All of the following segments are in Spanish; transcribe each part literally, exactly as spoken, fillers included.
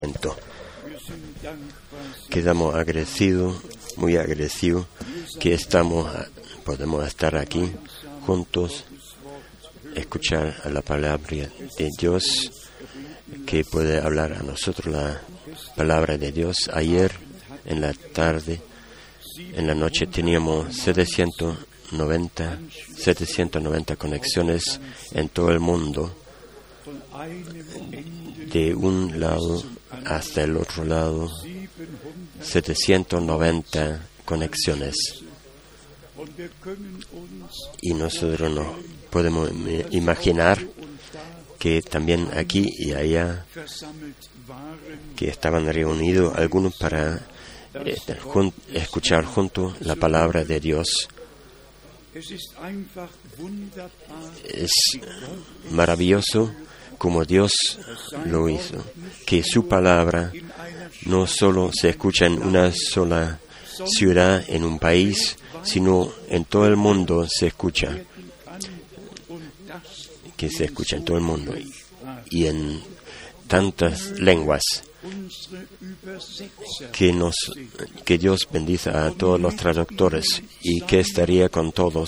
Quedamos agradecidos, muy agradecidos que estamos, podemos estar aquí juntos, escuchar a la palabra de Dios, que puede hablar a nosotros la palabra de Dios. Ayer en la tarde, en la noche, teníamos setecientos noventa conexiones en todo el mundo, de un lado hasta el otro lado, setecientos noventa conexiones. Y nosotros nos podemos imaginar que también aquí y allá, que estaban reunidos algunos para eh, jun- escuchar juntos la palabra de Dios. Es maravilloso como Dios lo hizo, que su palabra no solo se escucha en una sola ciudad, en un país, sino en todo el mundo se escucha, que se escucha en todo el mundo y en tantas lenguas. Que nos, que Dios bendiga a todos los traductores y que estaría con todos.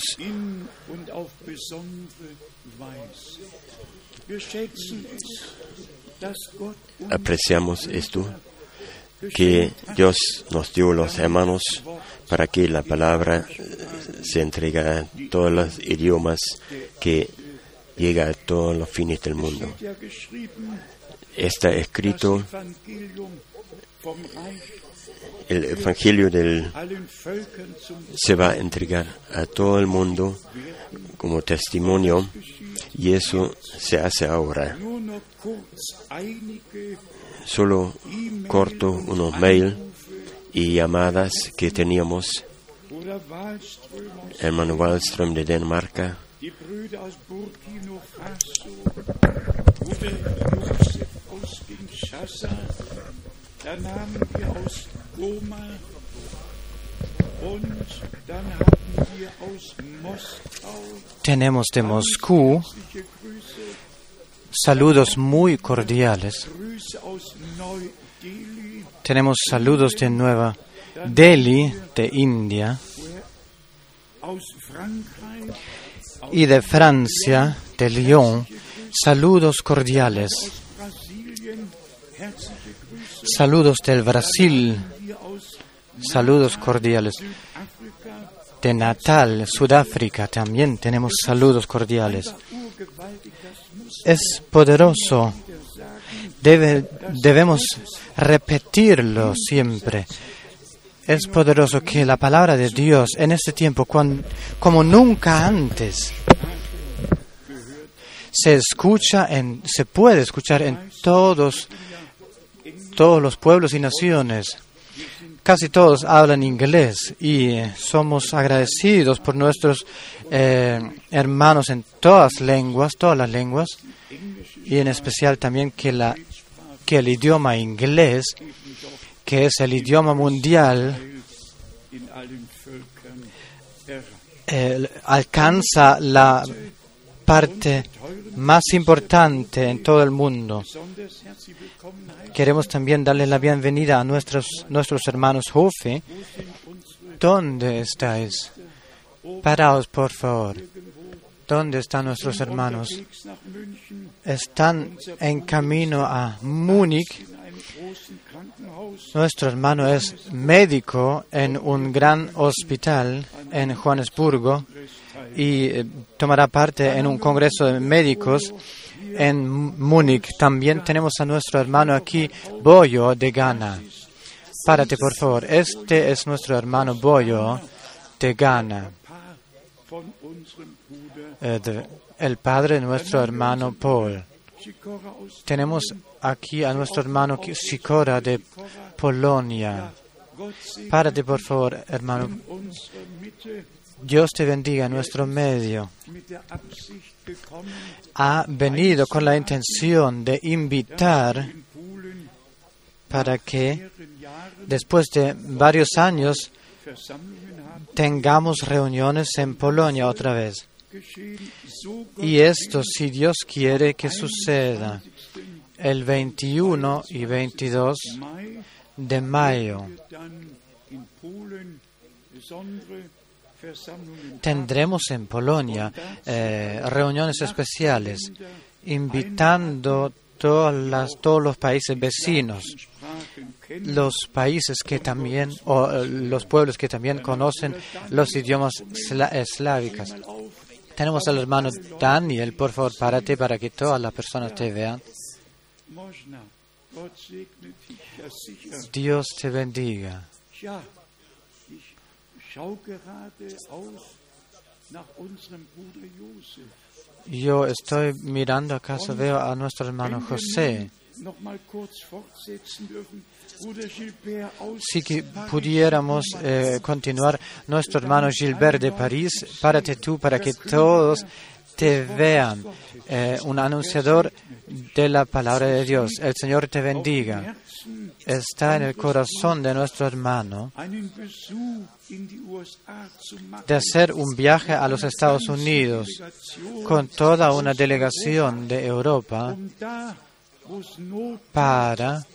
Apreciamos esto, que Dios nos dio los hermanos para que la palabra se entregue a todos los idiomas, que llega a todos los fines del mundo. Está escrito, el Evangelio del se va a entregar a todo el mundo como testimonio, y eso se hace ahora. Solo corto unos mails y llamadas que teníamos. Hermano Wallström de Dinamarca, dann haben wir aus Goma und dann haben wir aus Moskau. Tenemos de Moscú saludos muy cordiales. Tenemos saludos de Nueva Delhi, de India, y de Francia, de Lyon, saludos cordiales. Saludos del Brasil, saludos cordiales. De Natal, Sudáfrica, también tenemos saludos cordiales. Es poderoso. Debe, debemos repetirlo siempre. Es poderoso que la palabra de Dios en este tiempo, cuando, como nunca antes, se escucha, en, se puede escuchar en todos todos los pueblos y naciones. Casi todos hablan inglés y somos agradecidos por nuestros eh, hermanos en todas lenguas, todas las lenguas, y en especial también que, la, que el idioma inglés, que es el idioma mundial, eh, alcanza la parte más importante en todo el mundo. Queremos también darle la bienvenida a nuestros, nuestros hermanos Hofe. ¿Dónde estáis? Paraos, por favor. ¿Dónde están nuestros hermanos? Están en camino a Múnich. Nuestro hermano es médico en un gran hospital en Johannesburgo y tomará parte en un congreso de médicos en Múnich. También tenemos a nuestro hermano aquí, Boyo, de Ghana. Párate, por favor. Este es nuestro hermano Boyo, de Ghana. Eh, de, el padre de nuestro hermano Paul. Tenemos aquí a nuestro hermano Sikora, de Polonia. Párate, por favor, hermano. Dios te bendiga en nuestro medio. Ha venido con la intención de invitar para que después de varios años tengamos reuniones en Polonia otra vez. Y esto, si Dios quiere que suceda, el veintiuno y veintidós de mayo tendremos en Polonia eh, reuniones especiales invitando todas las, todos los países vecinos, los países que también, o eh, los pueblos que también conocen los idiomas esla- eslávicos. Tenemos al hermano Daniel, por favor, párate para que todas las personas te vean. Dios te bendiga. Yo estoy mirando acaso veo a nuestro hermano José. Si que pudiéramos eh, continuar, nuestro hermano Gilbert de París, párate tú para que todos te vean, eh, un anunciador de la palabra de Dios. El Señor te bendiga. Está en el corazón de nuestro hermano de hacer un viaje a los Estados Unidos con toda una delegación de Europa para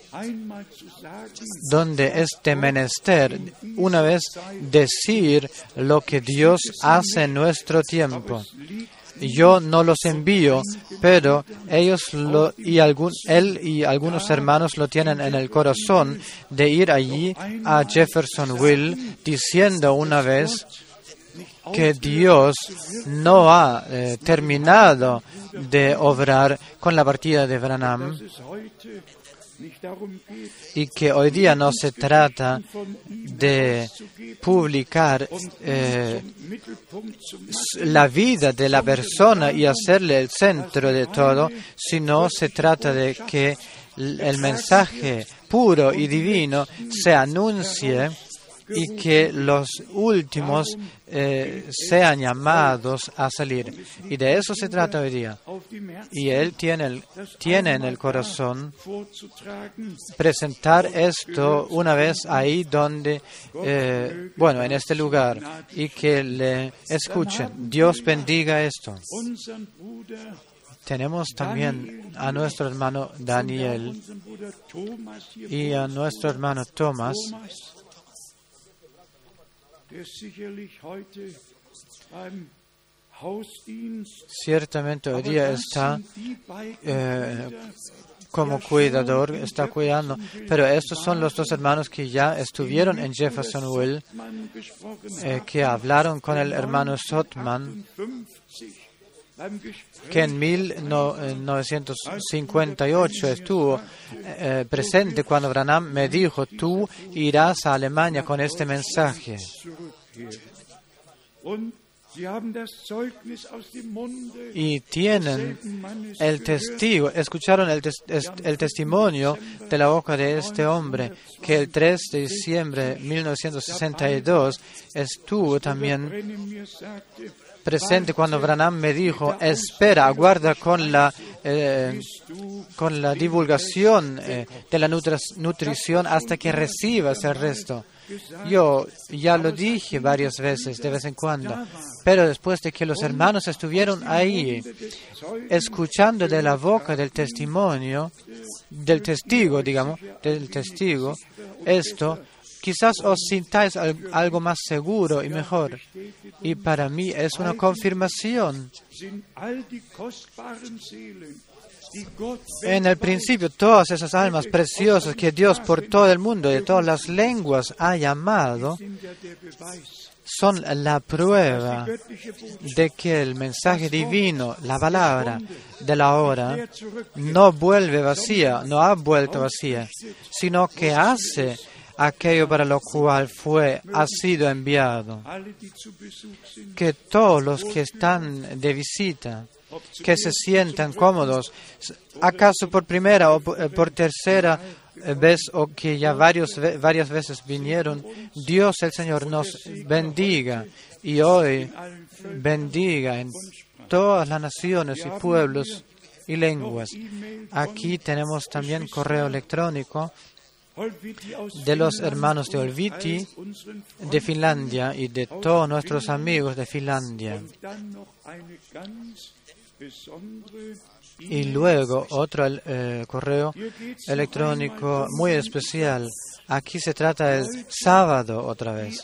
donde es de menester una vez decir lo que Dios hace en nuestro tiempo. Yo no los envío, pero ellos lo, y algún, él y algunos hermanos lo tienen en el corazón de ir allí a Jeffersonville diciendo una vez que Dios no ha eh, terminado de obrar con la partida de Branham y que hoy día no se trata de publicar eh, la vida de la persona y hacerle el centro de todo, sino se trata de que el mensaje puro y divino se anuncie y que los últimos eh, sean llamados a salir. Y de eso se trata hoy día. Y Él tiene, el, tiene en el corazón presentar esto una vez ahí donde, eh, bueno, en este lugar, y que le escuchen. Dios bendiga esto. Tenemos también a nuestro hermano Daniel y a nuestro hermano Thomas, ciertamente hoy día está eh, como cuidador, está cuidando, pero estos son los dos hermanos que ya estuvieron en Jeffersonville, eh, que hablaron con el hermano Sotman, que en mil novecientos cincuenta y ocho estuvo eh, presente cuando Branham me dijo, tú irás a Alemania con este mensaje. Y tienen el testigo, escucharon el, tes, el testimonio de la boca de este hombre, que el tres de diciembre de mil novecientos sesenta y dos estuvo también presente cuando Branham me dijo, espera, aguarda con la, eh, con la divulgación eh, de la nutrición hasta que recibas el resto. Yo ya lo dije varias veces, de vez en cuando, pero después de que los hermanos estuvieron ahí, escuchando de la boca del testimonio, del testigo, digamos, del testigo, esto, quizás os sintáis algo más seguro y mejor. Y para mí es una confirmación. En el principio, todas esas almas preciosas que Dios por todo el mundo, de todas las lenguas, ha llamado, son la prueba de que el mensaje divino, la palabra de la hora, no vuelve vacía, no ha vuelto vacía, sino que hace aquello para lo cual fue, ha sido enviado. Que todos los que están de visita, que se sientan cómodos, acaso por primera o por tercera vez o que ya varios, varias veces vinieron, Dios el Señor nos bendiga y hoy bendiga en todas las naciones y pueblos y lenguas. Aquí tenemos también correo electrónico de los hermanos de Olviti, de Finlandia y de todos nuestros amigos de Finlandia. Y luego otro eh, correo electrónico muy especial. Aquí se trata del sábado otra vez.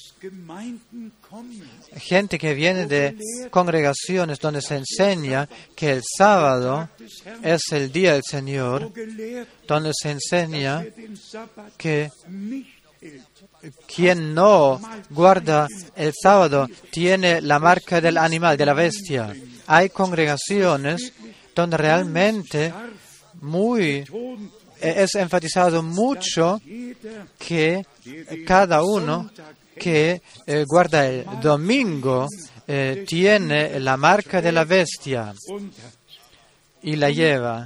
Gente que viene de congregaciones donde se enseña que el sábado es el día del Señor, donde se enseña que quien no guarda el sábado tiene la marca del animal, de la bestia. Hay congregaciones donde realmente muy es enfatizado mucho que cada uno que eh, guarda el domingo eh, tiene la marca de la bestia y la lleva.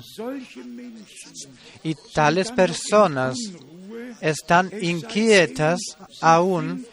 Y tales personas están inquietas aún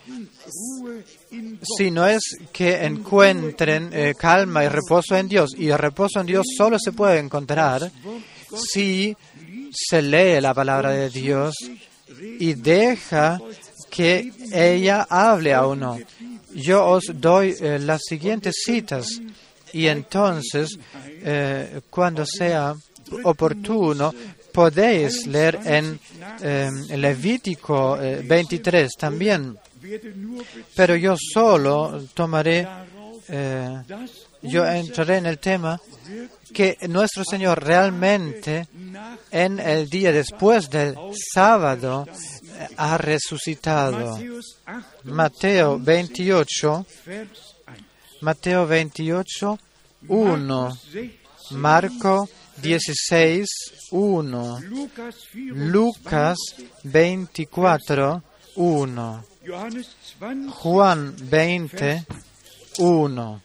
si no es que encuentren eh, calma y reposo en Dios. Y el reposo en Dios solo se puede encontrar si se lee la palabra de Dios y deja que ella hable a uno. Yo os doy eh, las siguientes citas y entonces, eh, cuando sea oportuno, podéis leer en eh, Levítico eh, veintitrés también. Pero yo solo tomaré, eh, yo entraré en el tema que nuestro Señor realmente en el día después del sábado ha resucitado. Mateo veintiocho, Mateo veintiocho, uno, Marco dieciséis, uno, Lucas veinticuatro, uno, Juan veinte, uno.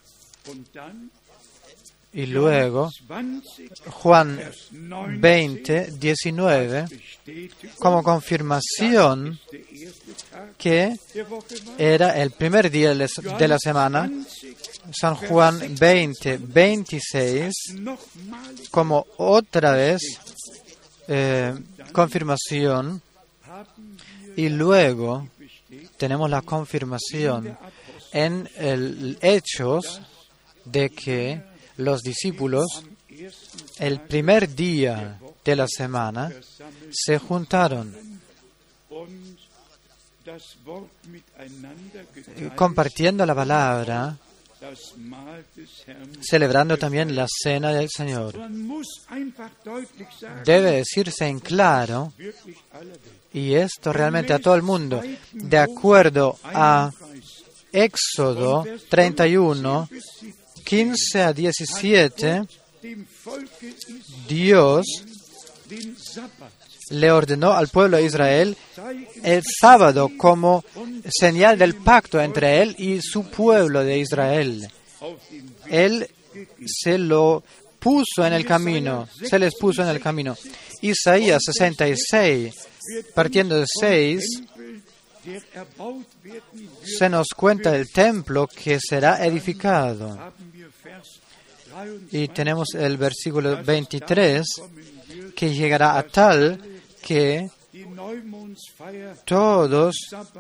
Y luego, Juan veinte, diecinueve, como confirmación que era el primer día de la semana. San Juan veinte, veintiséis, como otra vez eh, confirmación. Y luego tenemos la confirmación en el Hechos de que los discípulos, el primer día de la semana, se juntaron, compartiendo la palabra, celebrando también la cena del Señor. Debe decirse en claro, y esto realmente a todo el mundo, de acuerdo a Éxodo treinta y uno, quince a diecisiete, Dios le ordenó al pueblo de Israel el sábado como señal del pacto entre él y su pueblo de Israel. Él se lo puso en el camino, se les puso en el camino. Isaías sesenta y seis, partiendo de seis, se nos cuenta el templo que será edificado. Y tenemos el versículo veintitrés, que llegará a tal que todos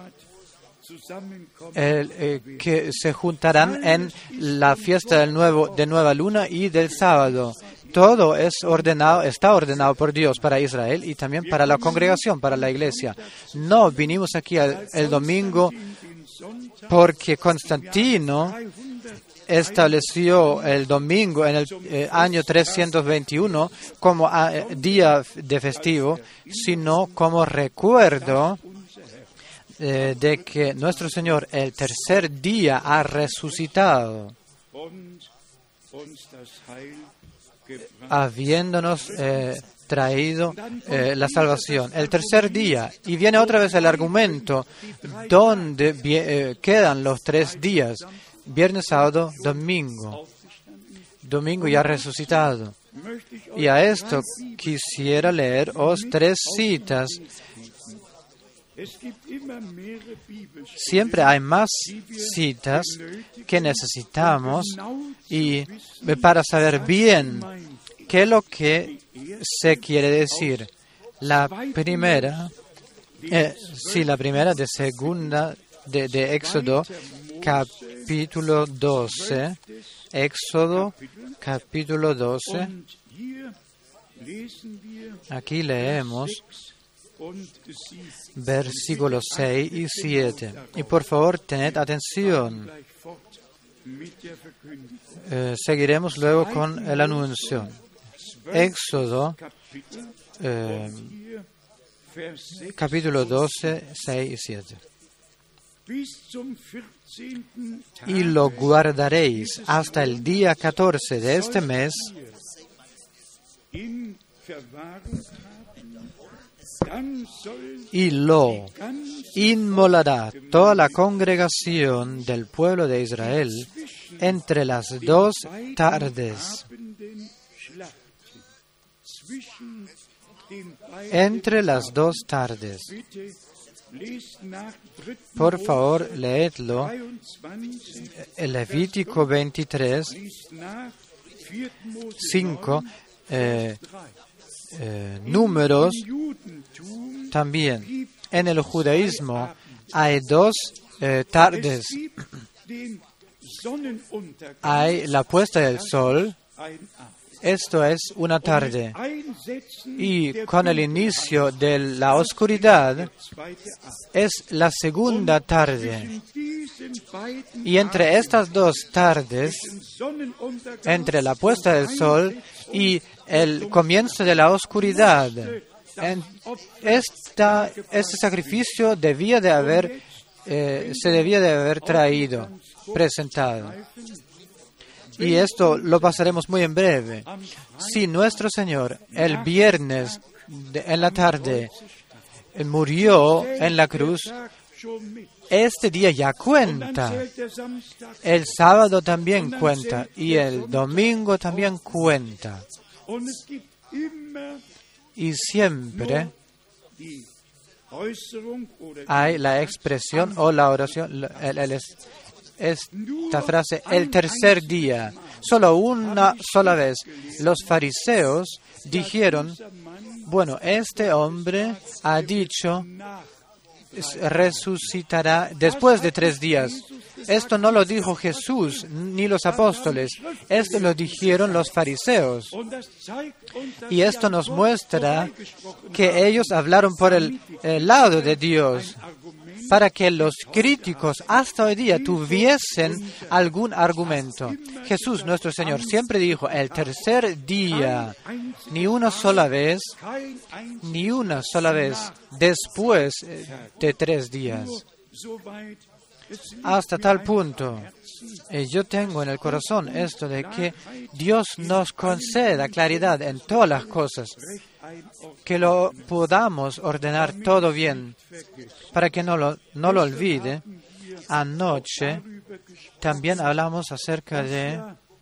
eh, eh, que se juntarán en la fiesta del nuevo, de nueva luna y del sábado. Todo es ordenado, está ordenado por Dios para Israel y también para la congregación, para la iglesia. No vinimos aquí el, el domingo porque Constantino estableció el domingo en el eh, año trescientos veintiuno como eh, día de festivo, sino como recuerdo eh, de que nuestro Señor el tercer día ha resucitado, habiéndonos eh, traído eh, la salvación. El tercer día, y viene otra vez el argumento, ¿dónde eh, quedan los tres días? Viernes, sábado, domingo. Domingo ya resucitado. Y a esto quisiera leeros tres citas. Siempre hay más citas que necesitamos y para saber bien qué es lo que se quiere decir. La primera, eh, sí, la primera de segunda de, de Éxodo, capítulo doce, Éxodo, capítulo doce, Aquí leemos versículos seis y siete. Y por favor, tened atención. Eh, seguiremos luego con el anuncio. Éxodo, eh, capítulo doce, seis y siete. Y lo guardaréis hasta el día catorce de este mes, y lo inmolará toda la congregación del pueblo de Israel entre las dos tardes. Entre las dos tardes. Por favor, leedlo. El Levítico veintitrés, cinco, eh, eh, Números también. En el judaísmo hay dos eh, tardes. Hay la puesta del sol. Esto es una tarde. Y con el inicio de la oscuridad es la segunda tarde. Y entre estas dos tardes, entre la puesta del sol y el comienzo de la oscuridad, en esta, este sacrificio debía de haber, eh, se debía de haber traído, presentado. Y esto lo pasaremos muy en breve. Si nuestro Señor el viernes de, en la tarde murió en la cruz, este día ya cuenta. El sábado también cuenta y el domingo también cuenta. Y siempre hay la expresión o la oración, el, el, esta frase, el tercer día. Solo una sola vez los fariseos dijeron, bueno, este hombre ha dicho, resucitará después de tres días. Esto no lo dijo Jesús ni los apóstoles, esto lo dijeron los fariseos. Y esto nos muestra que ellos hablaron por el, el lado de Dios, para que los críticos hasta hoy día tuviesen algún argumento. Jesús, nuestro Señor, siempre dijo, el tercer día, ni una sola vez, ni una sola vez después de tres días. Hasta tal punto, eh, yo tengo en el corazón esto de que Dios nos conceda claridad en todas las cosas, que lo podamos ordenar todo bien, para que no lo, no lo olvide. Anoche también hablamos acerca de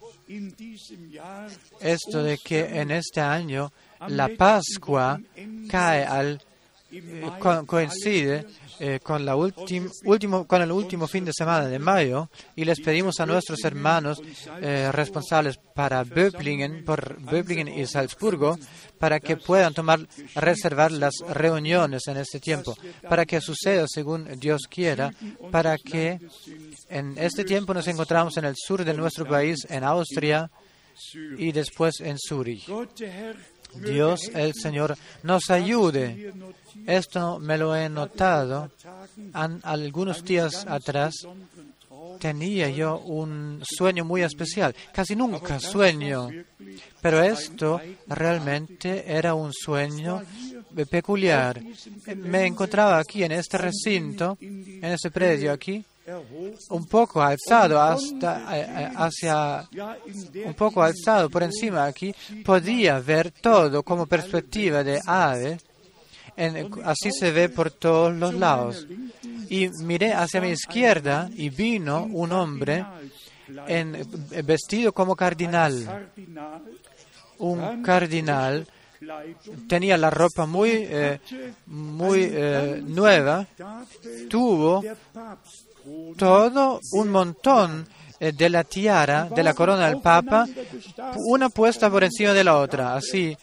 esto de que en este año la Pascua cae al eh, co- coincide eh, con la ultim, último con el último fin de semana de mayo, y les pedimos a nuestros hermanos eh, responsables para Böblingen, por Böblingen y Salzburgo, para que puedan tomar, reservar las reuniones en este tiempo, para que suceda según Dios quiera, para que en este tiempo nos encontramos en el sur de nuestro país, en Austria, y después en Zúrich. Dios, el Señor, nos ayude. Esto me lo he notado. An, algunos días atrás tenía yo un sueño muy especial. Casi nunca sueño, pero esto realmente era un sueño peculiar. Me encontraba aquí en este recinto, en este predio aquí, un poco alzado hasta eh, hacia un poco alzado por encima aquí, podía ver todo como perspectiva de ave. En, así se ve por todos los lados. Y miré hacia mi izquierda y vino un hombre en, vestido como cardinal. Un cardinal tenía la ropa muy, eh, muy eh, nueva. Tuvo todo un montón eh, de la tiara, de la corona del Papa, una puesta por encima de la otra, así.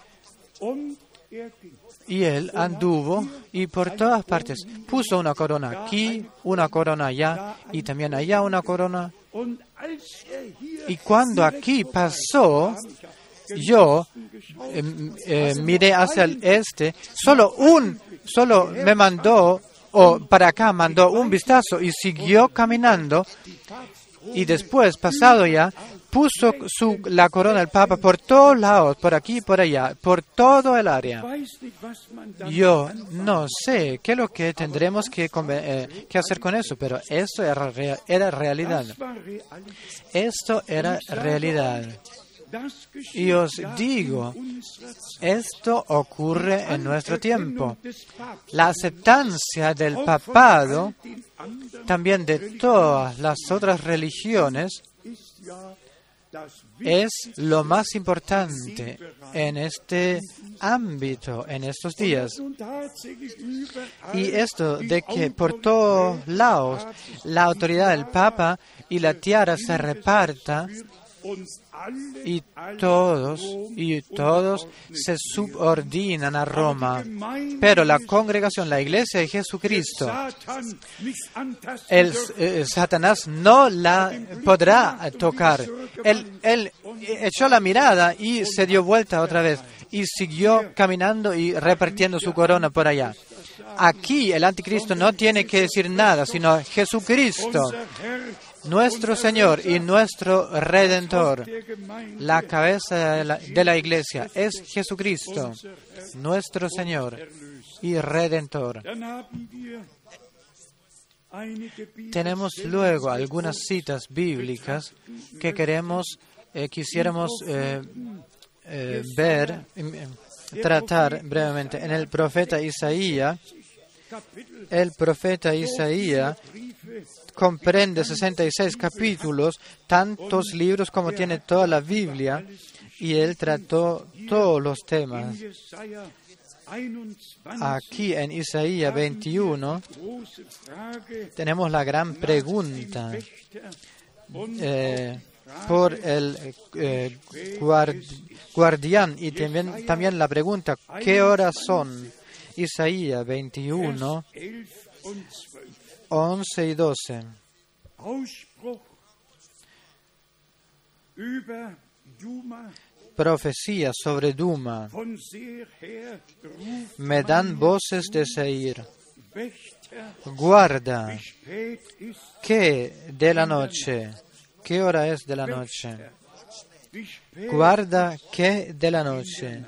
Y él anduvo y por todas partes puso una corona aquí, una corona allá y también allá una corona. Y cuando aquí pasó, yo eh, eh, miré hacia el este, solo un, solo me mandó, o para acá mandó un vistazo y siguió caminando, y después, pasado ya, puso su, la corona del Papa por todos lados, por aquí y por allá, por todo el área. Yo no sé qué es lo que tendremos que, eh, que hacer con eso, pero eso era, era realidad. Esto era realidad. Y os digo, esto ocurre en nuestro tiempo. La aceptancia del papado, también de todas las otras religiones, es lo más importante en este ámbito, en estos días. Y esto de que por todos lados la autoridad del Papa y la tiara se reparta, y todos y todos se subordinan a Roma. Pero la congregación, la Iglesia de Jesucristo, el eh, Satanás no la podrá tocar. Él, él echó la mirada y se dio vuelta otra vez y siguió caminando y repartiendo su corona por allá. Aquí el anticristo no tiene que decir nada, sino Jesucristo, nuestro Señor y nuestro Redentor. La cabeza de la, de la Iglesia es Jesucristo, nuestro Señor y Redentor. Tenemos luego algunas citas bíblicas que queremos, eh, quisiéramos eh, eh, ver, eh, tratar brevemente. En el profeta Isaías, el profeta Isaías comprende sesenta y seis capítulos, tantos libros como tiene toda la Biblia, y él trató todos los temas. Aquí en Isaías veintiuno tenemos la gran pregunta eh, por el eh, guard, guardián, y también, también la pregunta, ¿qué horas son? Isaías veintiuno, once y doce. Profecía sobre Duma. Me dan voces de Seir. Guarda, ¿qué de la noche? ¿Qué hora es de la noche? Guarda, ¿qué de la noche?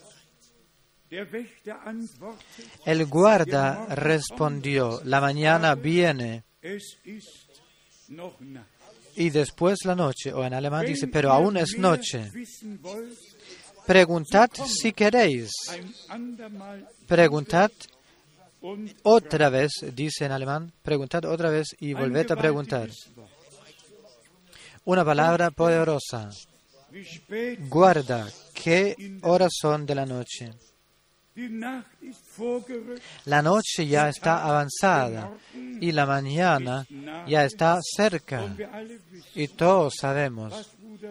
El guarda respondió, la mañana viene y después la noche, o en alemán dice, pero aún es noche. Preguntad si queréis. Preguntad otra vez, dice en alemán, preguntad otra vez y volved a preguntar. Una palabra poderosa. Guarda, ¿qué horas son de la noche? La noche ya está avanzada y la mañana ya está cerca. Y todos sabemos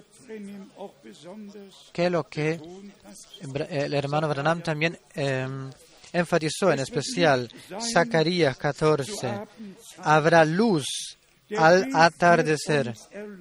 que lo que el hermano Branham también eh, enfatizó en especial, Zacarías catorce, habrá luz al atardecer.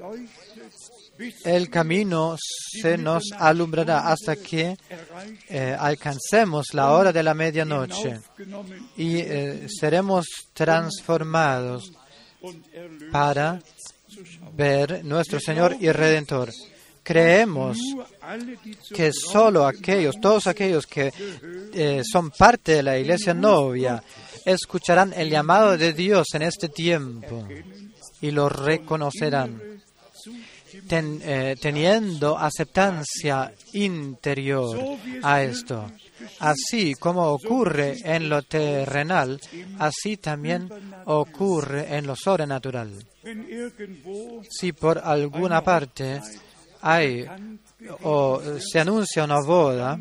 El camino se nos alumbrará hasta que eh, alcancemos la hora de la medianoche y eh, seremos transformados para ver nuestro Señor y Redentor. Creemos que solo aquellos, todos aquellos que eh, son parte de la iglesia novia, escucharán el llamado de Dios en este tiempo y lo reconocerán. Ten, eh, teniendo aceptancia interior a esto. Así como ocurre en lo terrenal, así también ocurre en lo sobrenatural. Si por alguna parte hay o se anuncia una boda,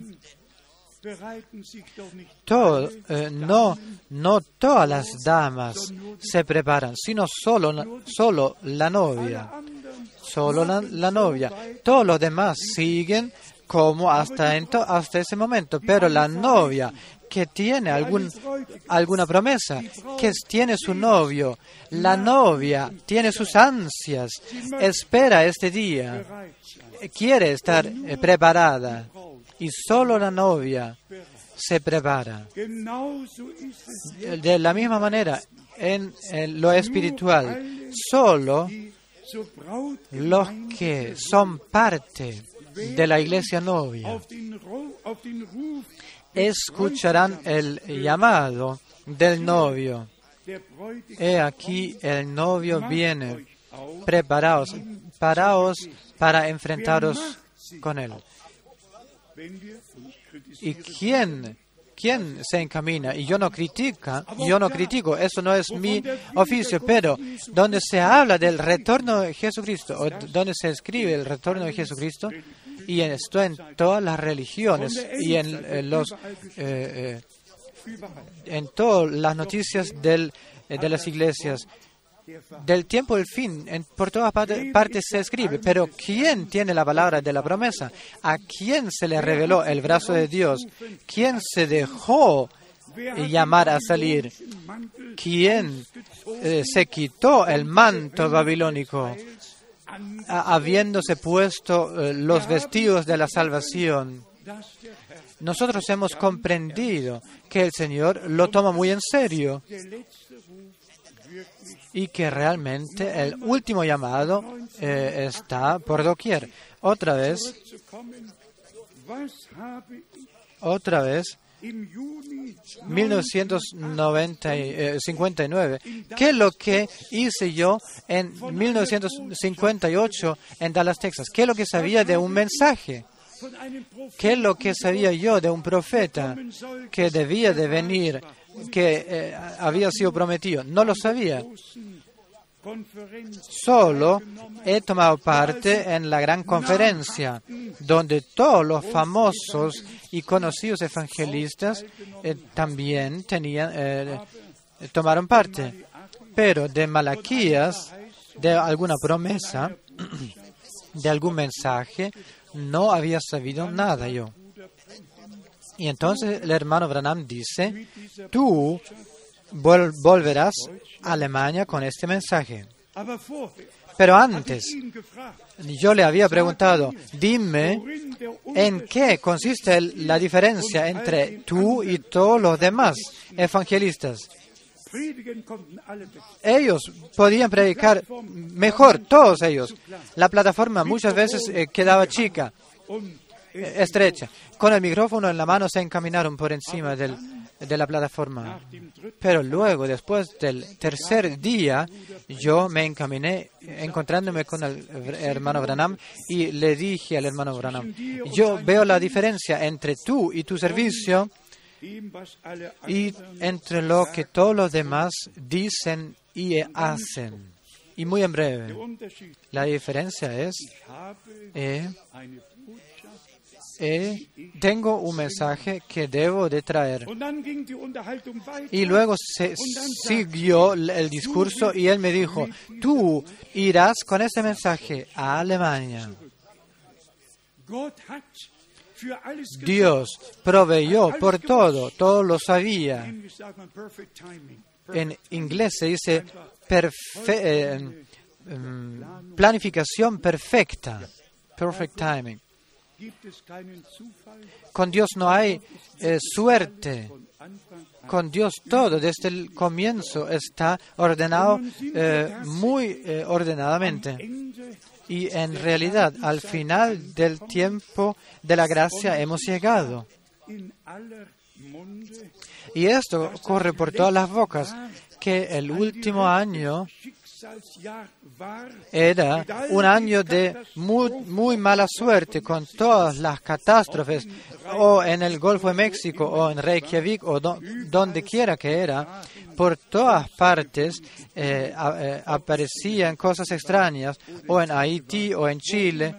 todo, eh, no, no todas las damas se preparan, sino solo, solo la novia. Solo la, la novia. Todos los demás siguen como hasta, ento, hasta ese momento, pero la novia que tiene algún, alguna promesa, que tiene su novio. La novia tiene sus ansias, espera este día, quiere estar eh, preparada, y solo la novia se prepara. De la misma manera, en, en lo espiritual, solo los que son parte de la iglesia novia escucharán el llamado del novio. He aquí el novio viene. Preparaos, paraos para enfrentaros con él. ¿Y quién, quién se encamina? Y yo no critica, yo no critico, eso no es mi oficio, pero donde se habla del retorno de Jesucristo, o donde se escribe el retorno de Jesucristo, y esto en todas las religiones y en, en los eh, eh, en todas las noticias del, eh, de las iglesias del tiempo del fin, en, por todas parte, partes se escribe. Pero ¿quién tiene la palabra de la promesa? ¿A quién se le reveló el brazo de Dios? ¿Quién se dejó llamar a salir? ¿Quién eh, se quitó el manto babilónico, a, habiéndose puesto eh, los vestidos de la salvación? Nosotros hemos comprendido que el Señor lo toma muy en serio y que realmente el último llamado eh, está por doquier. Otra vez, otra vez, mil novecientos cincuenta y nueve. ¿Qué es lo que hice yo en mil novecientos cincuenta y ocho en Dallas, Texas? ¿Qué es lo que sabía de un mensaje? ¿Qué es lo que sabía yo de un profeta que debía de venir, que eh, había sido prometido? No lo sabía. Solo he tomado parte en la gran conferencia, donde todos los famosos y conocidos evangelistas eh, también tenían, eh, tomaron parte. Pero de Malaquías, de alguna promesa, de algún mensaje, no había sabido nada yo. Y entonces el hermano Branham dice, tú vol- volverás a Alemania con este mensaje. Pero antes, yo le había preguntado, dime, ¿en qué consiste el- la diferencia entre tú y todos los demás evangelistas? Ellos podían predicar mejor, todos ellos. La plataforma muchas veces eh, quedaba chica, eh, estrecha. Con el micrófono en la mano se encaminaron por encima del, de la plataforma. Pero luego, después del tercer día, yo me encaminé encontrándome con el hermano Branham y le dije al hermano Branham, yo veo la diferencia entre tú y tu servicio y entre lo que todos los demás dicen y hacen. Y muy en breve, la diferencia es, eh, eh, tengo un mensaje que debo de traer. Y luego se siguió el discurso y él me dijo, tú irás con este mensaje a Alemania. Dios proveyó por todo, todo lo sabía. En inglés se dice perfe- eh, um, planificación perfecta, perfect timing. Con Dios no hay eh, suerte. Con Dios todo desde el comienzo está ordenado eh, muy eh, ordenadamente. Y en realidad, al final del tiempo de la gracia hemos llegado. Y esto corre por todas las bocas, que el último año era un año de muy, muy mala suerte, con todas las catástrofes, o en el Golfo de México, o en Reykjavik, o do, donde quiera que era. Por todas partes eh, a, eh, aparecían cosas extrañas, o en Haití, o en Chile,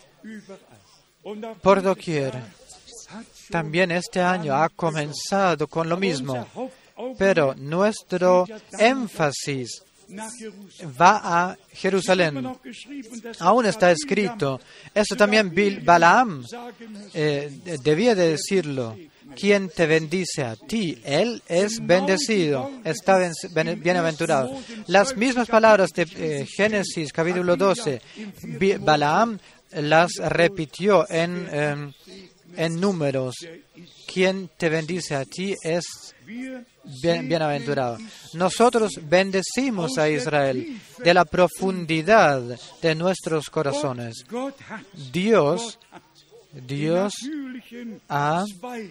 por doquier. También este año ha comenzado con lo mismo, pero nuestro énfasis va a Jerusalén. Aún está escrito. Esto también Bil- Balaam eh, debía de decirlo. quien te bendice a ti, él es bendecido, está ben- bienaventurado. Las mismas palabras de eh, Génesis capítulo doce, Balaam las repitió en, eh, en Números. Quien te bendice a ti es bien, bienaventurado. Nosotros bendecimos a Israel de la profundidad de nuestros corazones. Dios, Dios ha,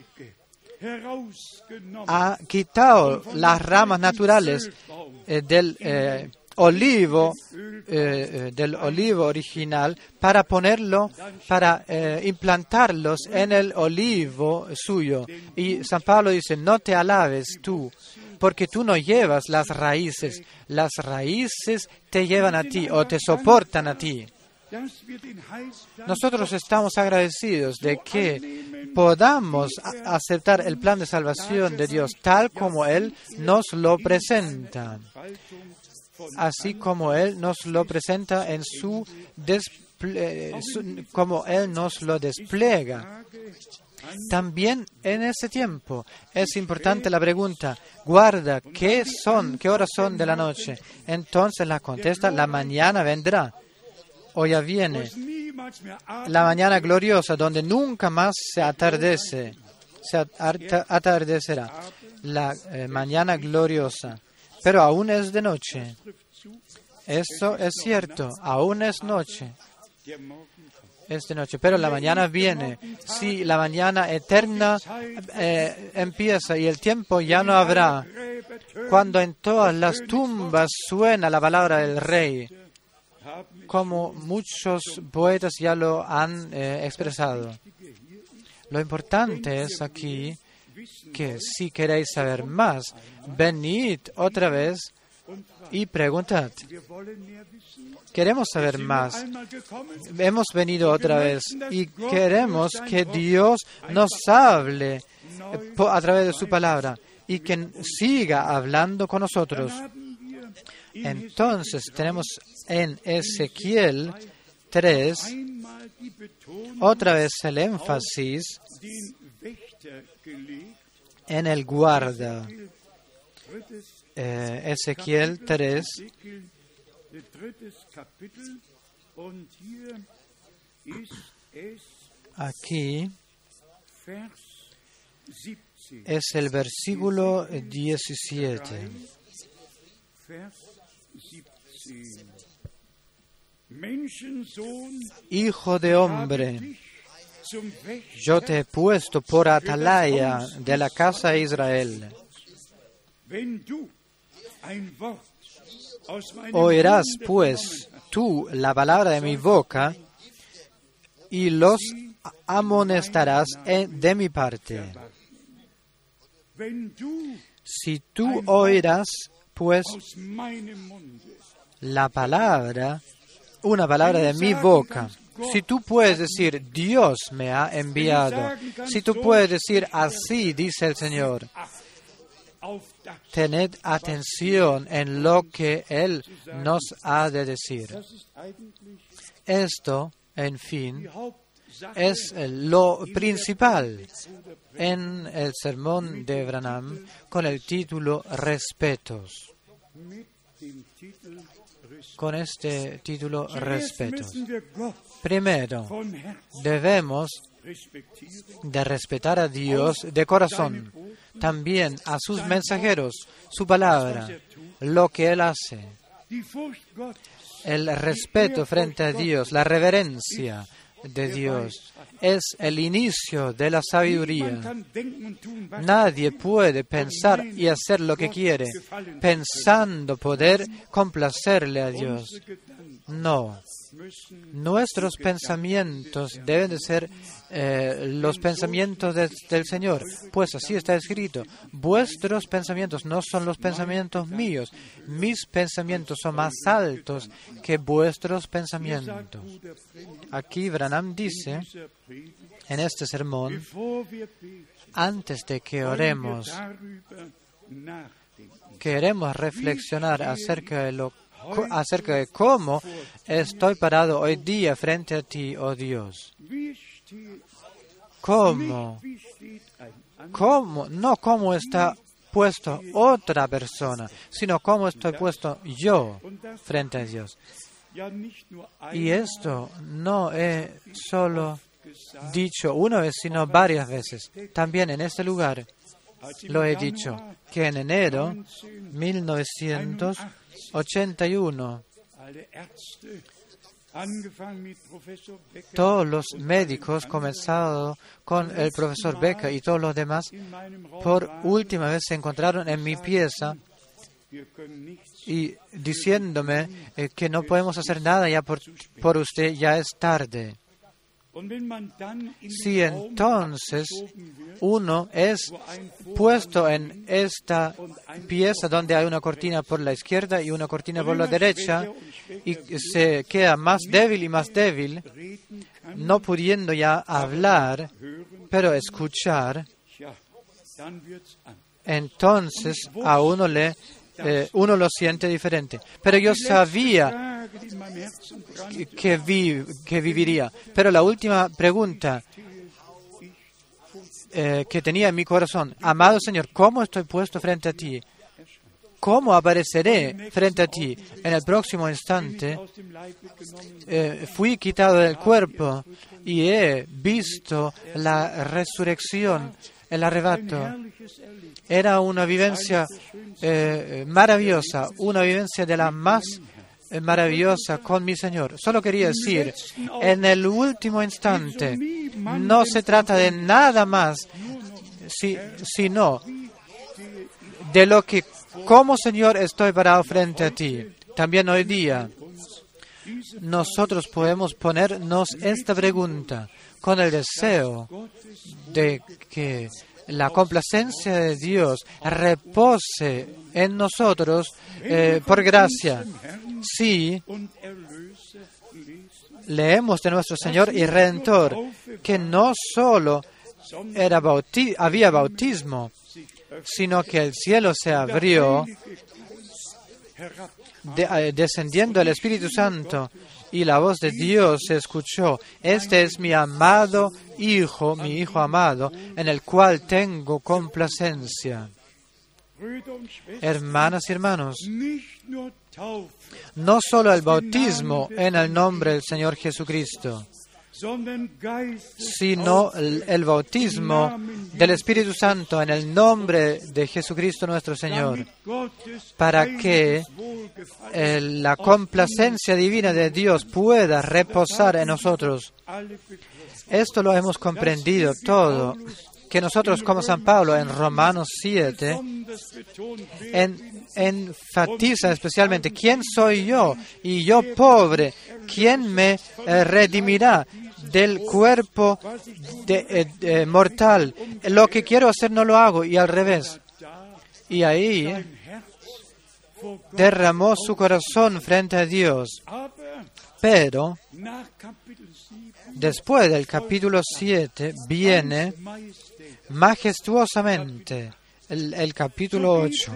ha quitado las ramas naturales eh, del eh, olivo, eh, del olivo original para ponerlo, para eh, implantarlos en el olivo suyo. Y San Pablo dice, no te alabes tú, porque tú no llevas las raíces. Las raíces te llevan a ti o te soportan a ti. Nosotros estamos agradecidos de que podamos a- aceptar el plan de salvación de Dios tal como Él nos lo presenta, así como Él nos lo presenta en su, desple- su- como Él nos lo despliega. También en ese tiempo es importante la pregunta, guarda, ¿qué son, qué horas son de la noche? Entonces la contesta, la mañana vendrá, o ya viene, la mañana gloriosa, donde nunca más se atardece, se at- atardecerá, la eh, mañana gloriosa. Pero aún es de noche. Eso es cierto, aún es noche. Es de noche, pero la mañana viene. Si la mañana eterna eh, empieza y el tiempo ya no habrá, cuando en todas las tumbas suena la palabra del Rey, como muchos poetas ya lo han eh, expresado. Lo importante es aquí que si queréis saber más, venid otra vez y preguntad. Queremos saber más. Hemos venido otra vez y queremos que Dios nos hable eh, po- a través de su palabra y que siga hablando con nosotros. Entonces tenemos en Ezequiel tres otra vez el énfasis en el guarda. Eh, Ezequiel tres, aquí es el versículo diecisiete. Hijo de hombre, yo te he puesto por atalaya de la casa de Israel. Oirás, pues, tú la palabra de mi boca y los amonestarás en- de mi parte. Si tú oirás, pues, la palabra, una palabra de mi boca, si tú puedes decir, Dios me ha enviado, si tú puedes decir, así dice el Señor, tened atención en lo que Él nos ha de decir. Esto, en fin, es lo principal en el sermón de Branham con el título Respetos. Con este título Respetos. Primero, debemos de respetar a Dios de corazón, también a sus mensajeros, su palabra, lo que Él hace. El respeto frente a Dios, la reverencia de Dios, es el inicio de la sabiduría. Nadie puede pensar y hacer lo que quiere, pensando poder complacerle a Dios. No. Nuestros pensamientos deben de ser eh, los pensamientos de- del Señor, pues así está escrito. Vuestros pensamientos no son los pensamientos míos. Mis pensamientos son más altos que vuestros pensamientos. Aquí Branham dice, en este sermón, antes de que oremos, queremos reflexionar acerca de lo acerca de cómo estoy parado hoy día frente a ti, oh Dios. ¿Cómo cómo, no cómo está puesto otra persona, sino cómo estoy puesto yo frente a Dios. Y esto no he solo dicho una vez, sino varias veces. También en este lugar lo he dicho, que en enero de mil novecientos ochenta y uno todos los médicos, comenzado con el profesor Becker y todos los demás, por última vez se encontraron en mi pieza y diciéndome eh, que no podemos hacer nada ya por, por usted, ya es tarde. Si entonces uno es puesto en esta pieza donde hay una cortina por la izquierda y una cortina por la derecha y se queda más débil y más débil, no pudiendo ya hablar, pero escuchar, entonces a uno le Eh, uno lo siente diferente. Pero yo sabía que, vi, que viviría. Pero la última pregunta eh, que tenía en mi corazón, amado Señor, ¿cómo estoy puesto frente a ti? ¿Cómo apareceré frente a ti? En el próximo instante eh, fui quitado del cuerpo y he visto la resurrección, el arrebato. Era una vivencia eh, maravillosa, una vivencia de la más eh, maravillosa con mi Señor. Solo quería decir, en el último instante, no se trata de nada más, si, sino de lo que, como Señor, estoy parado frente a ti. También hoy día, nosotros podemos ponernos esta pregunta con el deseo de que la complacencia de Dios repose en nosotros eh, por gracia. Si leemos de nuestro Señor y Redentor que no solo era bauti- había bautismo, sino que el cielo se abrió, de, eh, descendiendo el Espíritu Santo, y la voz de Dios se escuchó. Este es mi amado Hijo, mi Hijo amado, en el cual tengo complacencia. Hermanas y hermanos, no solo el bautismo en el nombre del Señor Jesucristo, sino el, el bautismo del Espíritu Santo en el nombre de Jesucristo nuestro Señor, para que eh, la complacencia divina de Dios pueda reposar en nosotros. Esto lo hemos comprendido todo, que nosotros como San Pablo en Romanos siete en, enfatiza especialmente, ¿quién soy yo? Y yo pobre, ¿quién me eh, redimirá del cuerpo de, eh, eh, mortal? Lo que quiero hacer no lo hago, y al revés. Y ahí derramó su corazón frente a Dios. Pero después del capítulo siete viene majestuosamente el, el capítulo ocho.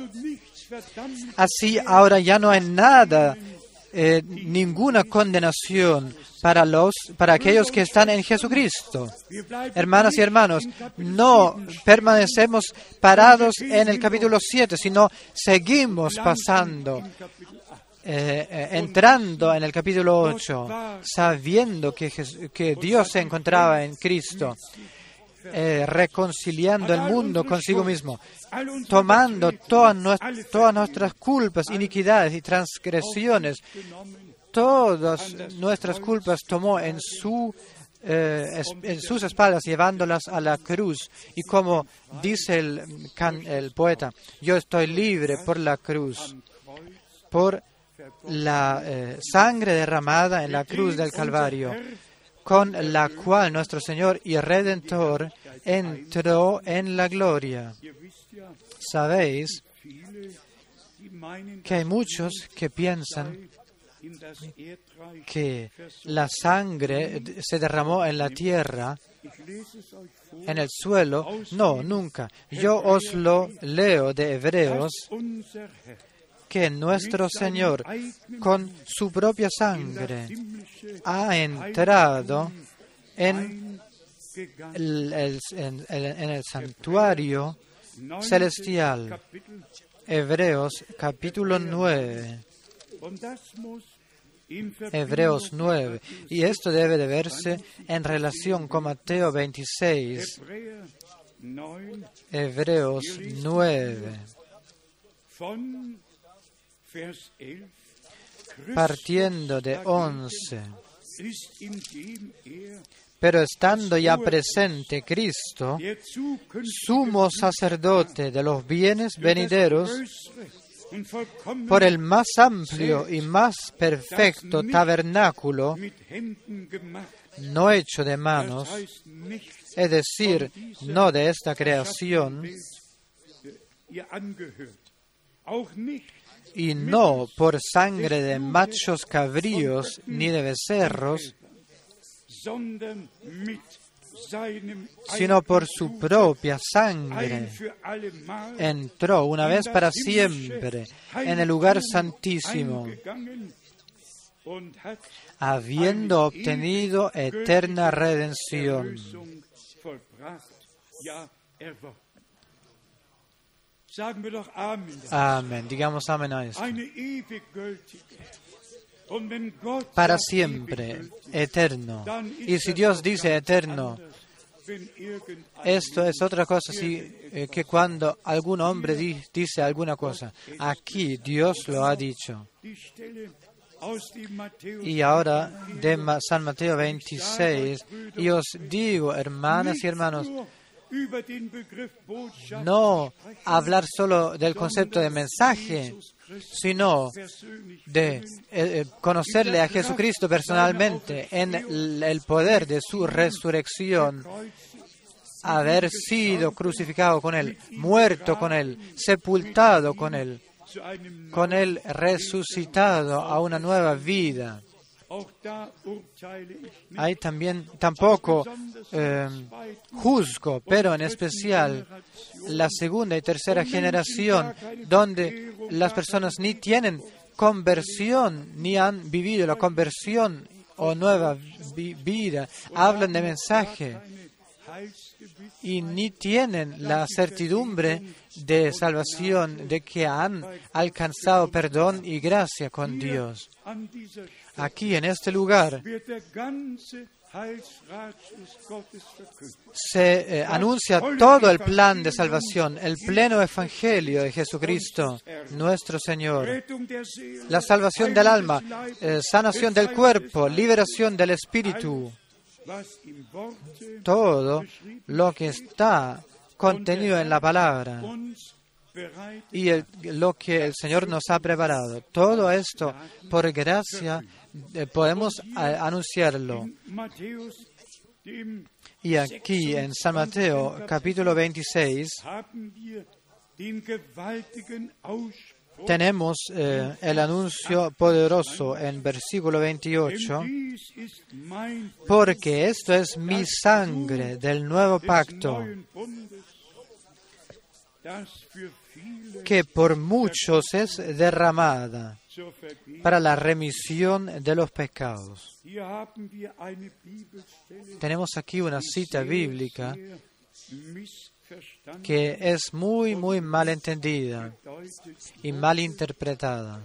Así ahora ya no hay nada, eh, ninguna condenación para los, para aquellos que están en Jesucristo. Hermanas y hermanos, no permanecemos parados en el capítulo siete, sino seguimos pasando, eh, eh, entrando en el capítulo ocho, sabiendo que, Jes- que Dios se encontraba en Cristo, eh, reconciliando el mundo consigo mismo, tomando todas, nues- todas nuestras culpas, iniquidades y transgresiones. Todas nuestras culpas tomó en, su, eh, es, en sus espaldas, llevándolas a la cruz. Y como dice el, can, el poeta, yo estoy libre por la cruz, por la eh, sangre derramada en la cruz del Calvario, con la cual nuestro Señor y Redentor entró en la gloria. Sabéis que hay muchos que piensan que la sangre se derramó en la tierra, en el suelo. No, nunca. Yo os lo leo de Hebreos, que nuestro Señor, con su propia sangre, ha entrado en el- el- en, el- en el santuario celestial. Hebreos capítulo nueve. Hebreos nueve. Y esto debe de verse en relación con Mateo veintiséis. Hebreos nueve. Partiendo de once. Pero estando ya presente Cristo, sumo sacerdote de los bienes venideros, por el más amplio y más perfecto tabernáculo, no hecho de manos, es decir, no de esta creación, y no por sangre de machos cabríos ni de becerros, sino por su propia sangre, entró una vez para siempre en el lugar santísimo, habiendo obtenido eterna redención. Amén. Digamos amén a esto. Para siempre, eterno. Y si Dios dice eterno, esto es otra cosa si, eh, que cuando algún hombre di- dice alguna cosa. Aquí Dios lo ha dicho. Y ahora de Ma- San Mateo veintiséis, y os digo, hermanas y hermanos, no hablar solo del concepto de mensaje, sino de eh, eh, conocerle a Jesucristo personalmente en el, el poder de su resurrección, haber sido crucificado con Él, muerto con Él, sepultado con Él, con Él resucitado a una nueva vida. Ahí también tampoco eh, juzgo, pero en especial la segunda y tercera generación, donde las personas ni tienen conversión, ni han vivido la conversión o nueva vi- vida, hablan de mensaje y ni tienen la certidumbre de salvación, de que han alcanzado perdón y gracia con Dios. Aquí, en este lugar, se eh, anuncia todo el plan de salvación, el pleno evangelio de Jesucristo, nuestro Señor, la salvación del alma, eh, sanación del cuerpo, liberación del espíritu, todo lo que está contenido en la palabra y el- lo que el Señor nos ha preparado. Todo esto, por gracia, eh, podemos a- anunciarlo. Y aquí en San Mateo, capítulo veintiséis, tenemos eh, el anuncio poderoso en versículo veintiocho, porque esto es mi sangre del nuevo pacto, que por muchos es derramada para la remisión de los pecados. Tenemos aquí una cita bíblica que es muy, muy mal entendida y mal interpretada.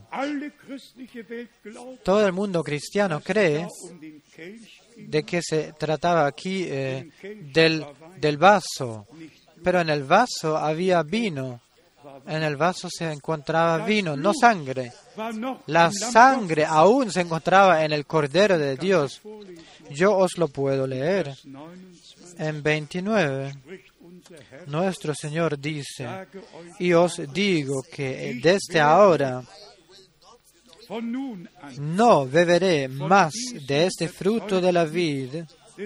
Todo el mundo cristiano cree de que se trataba aquí eh, del, del vaso, pero en el vaso había vino. En el vaso se encontraba vino, no sangre. La sangre aún se encontraba en el Cordero de Dios. Yo os lo puedo leer. En veintinueve, nuestro Señor dice, y os digo que desde ahora no beberé más de este fruto de la vid,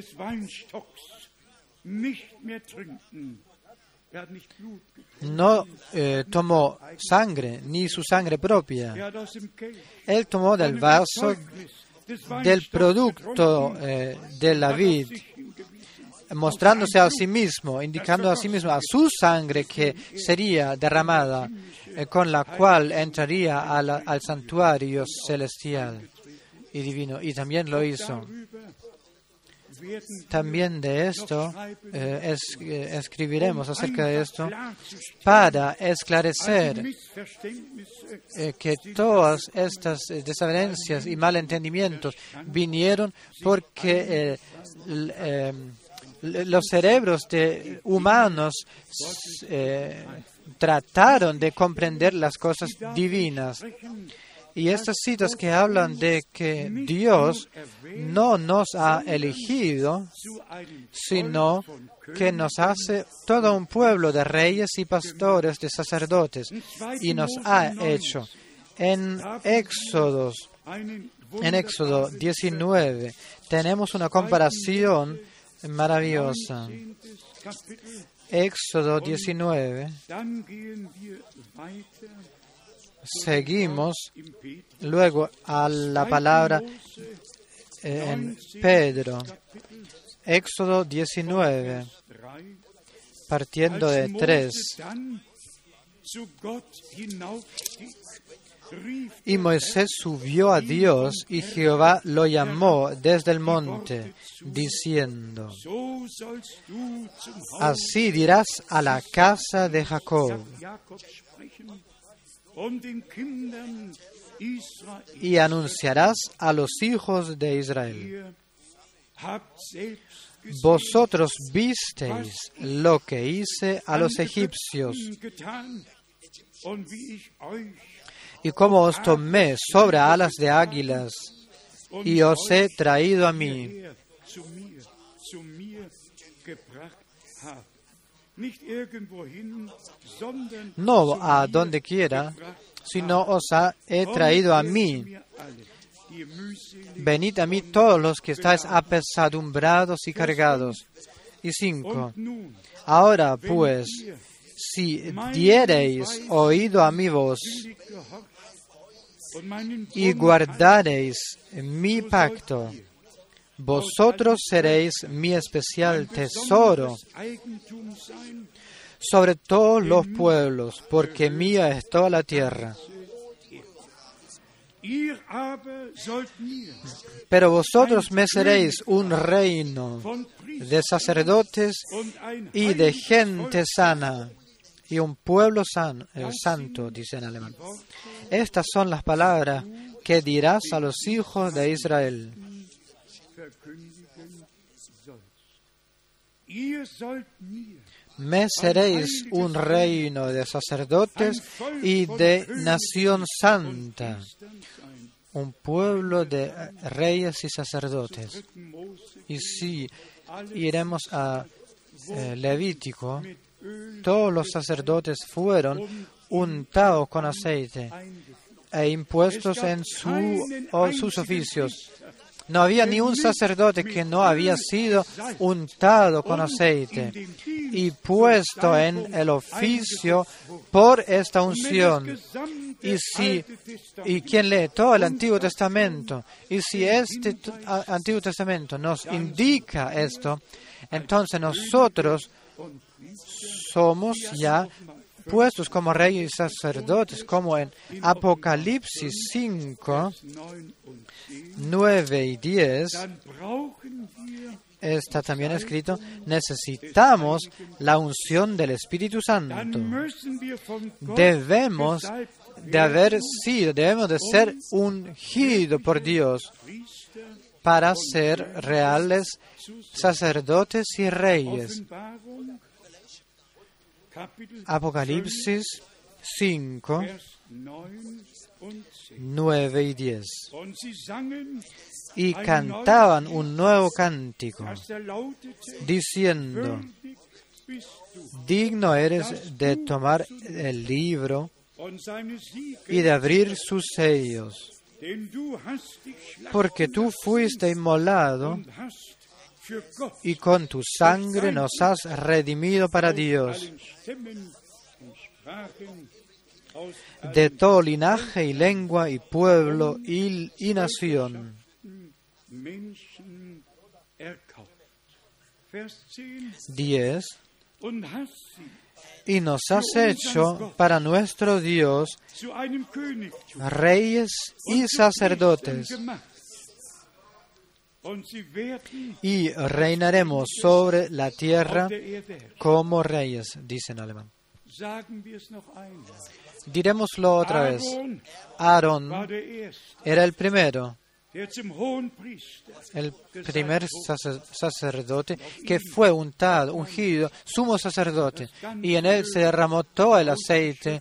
no eh, tomó sangre, ni su sangre propia. Él tomó del vaso del producto eh, de la vid, mostrándose a sí mismo, indicando a sí mismo a su sangre que sería derramada, eh, con la cual entraría a la, al santuario celestial y divino. Y también lo hizo. también de esto, eh, es, eh, escribiremos acerca de esto, para esclarecer eh, que todas estas eh, desavenencias y malentendimientos vinieron porque eh, l- eh, l- los cerebros de humanos eh, trataron de comprender las cosas divinas. Y estas citas que hablan de que Dios no nos ha elegido, sino que nos hace todo un pueblo de reyes y pastores, de sacerdotes, y nos ha hecho. En Éxodos, en Éxodo diecinueve, tenemos una comparación maravillosa. Éxodo diecinueve. Seguimos luego a la palabra eh, en Pedro. Éxodo diecinueve, partiendo de tres. Y Moisés subió a Dios, y Jehová lo llamó desde el monte, diciendo: Así dirás a la casa de Jacob, y anunciarás a los hijos de Israel: Vosotros visteis lo que hice a los egipcios, y cómo os tomé sobre alas de águilas, y os he traído a mí. No a donde quiera, sino os ha, he traído a mí. Venid a mí todos los que estáis apesadumbrados y cargados. Y cinco. Ahora pues, si diereis oído a mi voz y guardareis mi pacto, vosotros seréis mi especial tesoro sobre todos los pueblos, porque mía es toda la tierra. Pero vosotros me seréis un reino de sacerdotes y de gente sana, y un pueblo san, eh, santo, dice en alemán. Estas son las palabras que dirás a los hijos de Israel. Me seréis un reino de sacerdotes y de nación santa, un pueblo de reyes y sacerdotes. Y si iremos a eh, Levítico, todos los sacerdotes fueron untados con aceite e impuestos en su, o sus oficios. No había ni un sacerdote que no había sido untado con aceite y puesto en el oficio por esta unción. Y si y quien lee todo el Antiguo Testamento, y si este t- a- Antiguo Testamento nos indica esto, entonces nosotros somos ya puestos como reyes y sacerdotes, como en Apocalipsis cinco, nueve y diez, está también escrito: necesitamos la unción del Espíritu Santo. Debemos de haber sido, debemos de ser ungidos por Dios para ser reales sacerdotes y reyes. Apocalipsis cinco, nueve y diez. Y cantaban un nuevo cántico, diciendo: digno eres de tomar el libro y de abrir sus sellos, porque tú fuiste inmolado y con tu sangre nos has redimido para Dios de todo linaje y lengua y pueblo y, y nación. diez. Y nos has hecho para nuestro Dios reyes y sacerdotes, y reinaremos sobre la tierra como reyes, dice en alemán. Diremoslo otra vez. Aarón era el primero, el primer sacerdote que fue untado, ungido, sumo sacerdote, y en él se derramó todo el aceite,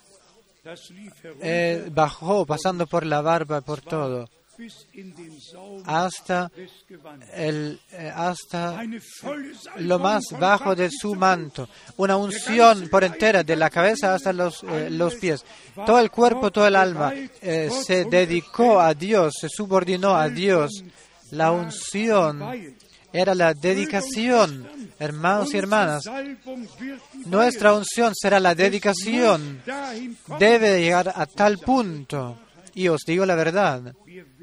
eh, bajó pasando por la barba, por todo, hasta, el, eh, hasta lo más bajo de su manto, una unción por entera, de la cabeza hasta los, eh, los pies. Todo el cuerpo, todo el alma eh, se dedicó a Dios, se subordinó a Dios. La unción era la dedicación, hermanos y hermanas. Nuestra unción será la dedicación. Debe llegar a tal punto. Y os digo la verdad,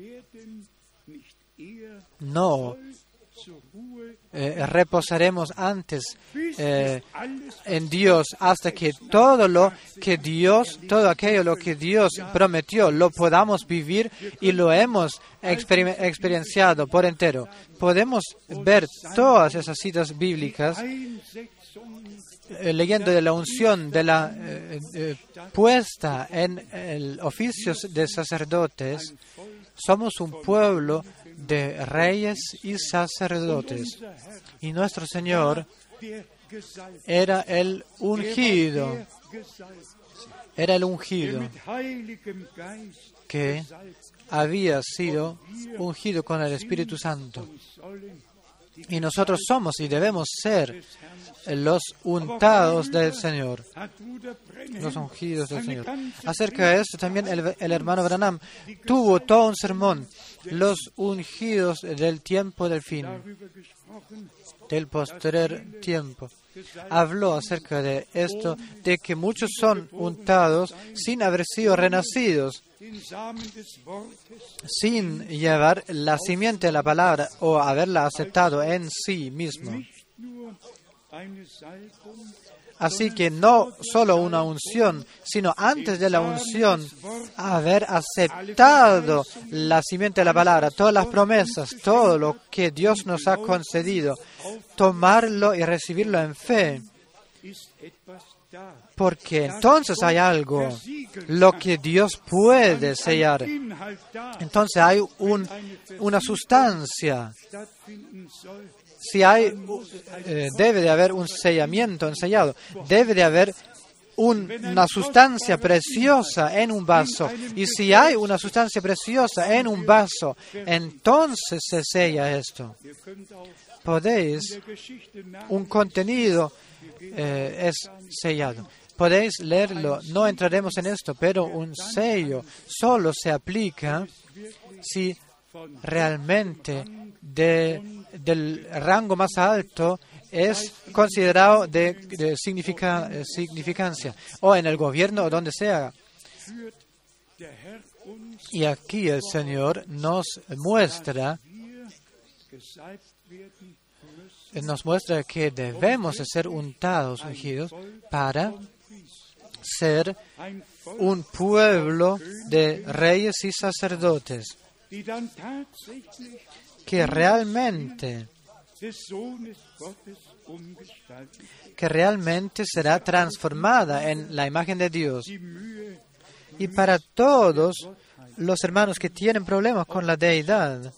no eh, reposaremos antes eh, en Dios hasta que todo lo que Dios, todo aquello lo que Dios prometió, lo podamos vivir y lo hemos exper- experienciado por entero. Podemos ver todas esas citas bíblicas eh, leyendo de la unción, de la eh, eh, puesta en el oficio de sacerdotes. Somos un pueblo de reyes y sacerdotes. Y nuestro Señor era el ungido, era el ungido que había sido ungido con el Espíritu Santo. Y nosotros somos y debemos ser los untados del Señor, los ungidos del Señor. Acerca de esto también el, el hermano Branham tuvo todo un sermón, los ungidos del tiempo del fin, del postrer tiempo. Habló acerca de esto, de que muchos son untados sin haber sido renacidos, sin llevar la simiente de la palabra o haberla aceptado en sí mismo. Así que no solo una unción, sino antes de la unción, haber aceptado la simiente de la palabra, todas las promesas, todo lo que Dios nos ha concedido, tomarlo y recibirlo en fe. Porque entonces hay algo, lo que Dios puede sellar. Entonces hay un, una sustancia. Si hay, eh, debe de haber un sellamiento ensellado, debe de haber un, una sustancia preciosa en un vaso. Y si hay una sustancia preciosa en un vaso, entonces se sella esto. Podéis, un contenido eh, es sellado. Podéis leerlo, no entraremos en esto, pero un sello solo se aplica si realmente de, del rango más alto es considerado de, de significa, eh, significancia, o en el gobierno o donde sea. Y aquí el Señor nos muestra, nos muestra que debemos de ser untados, ungidos, para ser un pueblo de reyes y sacerdotes, que realmente, que realmente será transformada en la imagen de Dios. Y para todos los hermanos que tienen problemas con la deidad,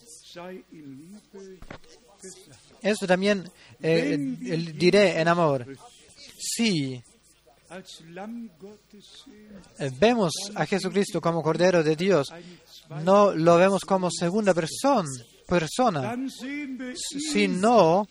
esto también eh, diré en amor. Si vemos a Jesucristo como Cordero de Dios, no lo vemos como segunda persona, persona, sino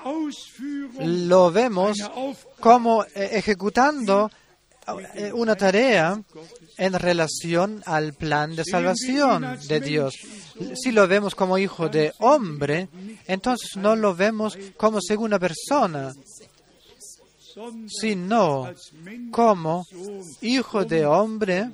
lo vemos como ejecutando una tarea en relación al plan de salvación de Dios. Si lo vemos como hijo de hombre, entonces no lo vemos como segunda persona, sino como hijo de hombre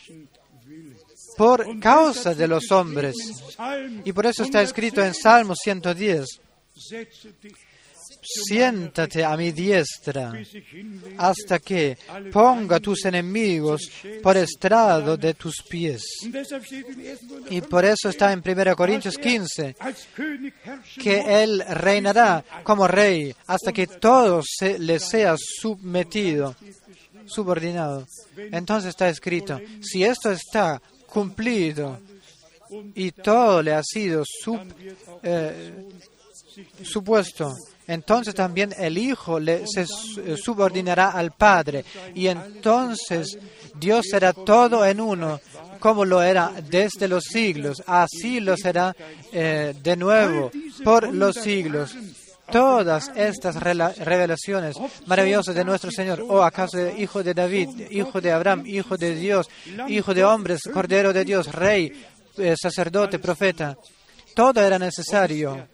por causa de los hombres. Y por eso está escrito en Salmo ciento diez, siéntate a mi diestra hasta que ponga tus enemigos por estrado de tus pies. Y por eso está en primera Corintios quince, que Él reinará como rey hasta que todo se le sea sometido, subordinado. Entonces está escrito, si esto está cumplido y todo le ha sido sub, eh, supuesto, entonces también el Hijo le, se subordinará al Padre, y entonces Dios será todo en uno, como lo era desde los siglos, así lo será eh, de nuevo por los siglos. Todas estas revelaciones maravillosas de nuestro Señor, ¿o acaso de Hijo de David, Hijo de Abraham, Hijo de Dios, Hijo de hombres, Cordero de Dios, Rey, eh, sacerdote, profeta? Todo era necesario.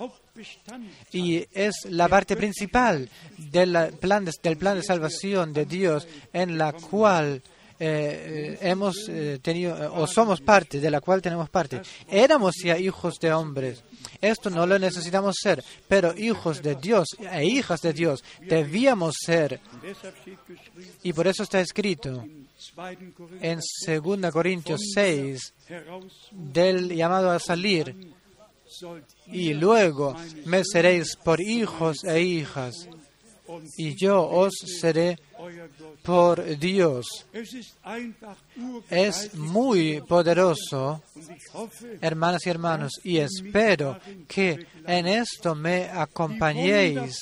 Y es la parte principal del plan de, del plan de salvación de Dios, en la cual eh, hemos eh, tenido, o somos parte, de la cual tenemos parte. Éramos ya hijos de hombres. Esto no lo necesitamos ser, pero hijos de Dios e hijas de Dios debíamos ser. Y por eso está escrito en segunda Corintios seis, del llamado a salir, y luego me seréis por hijos e hijas, y yo os seré por Dios. Es muy poderoso, hermanas y hermanos, y espero que en esto me acompañéis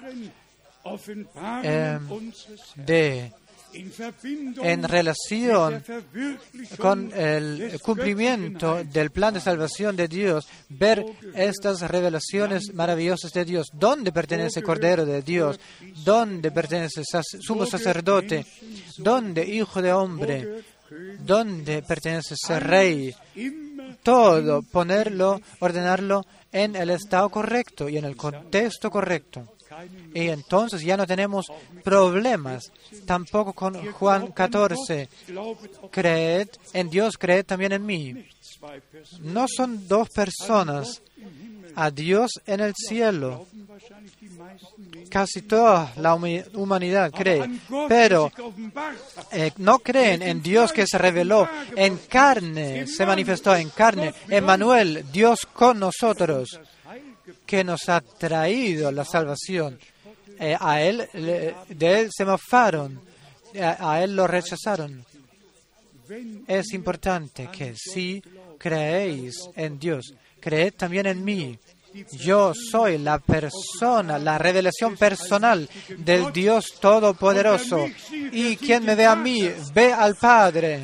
eh, de en relación con el cumplimiento del plan de salvación de Dios, ver estas revelaciones maravillosas de Dios. ¿Dónde pertenece Cordero de Dios? ¿Dónde pertenece Sumo Sacerdote? ¿Dónde Hijo de Hombre? ¿Dónde pertenece ser Rey? Todo, ponerlo, ordenarlo en el estado correcto y en el contexto correcto. Y entonces ya no tenemos problemas, tampoco con Juan catorce. Creed en Dios, creed también en mí. No son dos personas. A Dios en el cielo. Casi toda la humanidad cree, pero eh, no creen en Dios que se reveló en carne, se manifestó en carne. Emmanuel, Dios con nosotros, que nos ha traído la salvación. Eh, a él, le, de él se mofaron, a, a él lo rechazaron. Es importante que si creéis en Dios, creed también en mí. Yo soy la persona, la revelación personal del Dios Todopoderoso. Y quien me ve a mí, ve al Padre.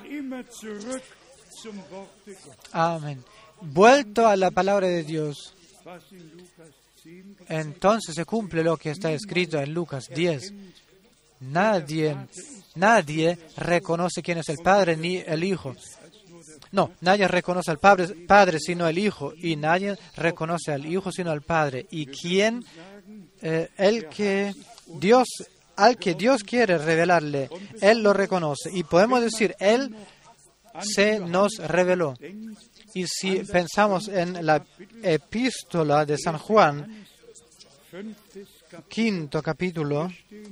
Amén. Vuelto a la palabra de Dios. Entonces se cumple lo que está escrito en Lucas diez. Nadie, nadie reconoce quién es el Padre ni el Hijo. No, nadie reconoce al padre, padre sino el Hijo, y nadie reconoce al Hijo sino al Padre. Y quién, eh, el que Dios, al que Dios quiere revelarle, Él lo reconoce. Y podemos decir, Él se nos reveló. Y si pensamos en la epístola de San Juan, quinto capítulo,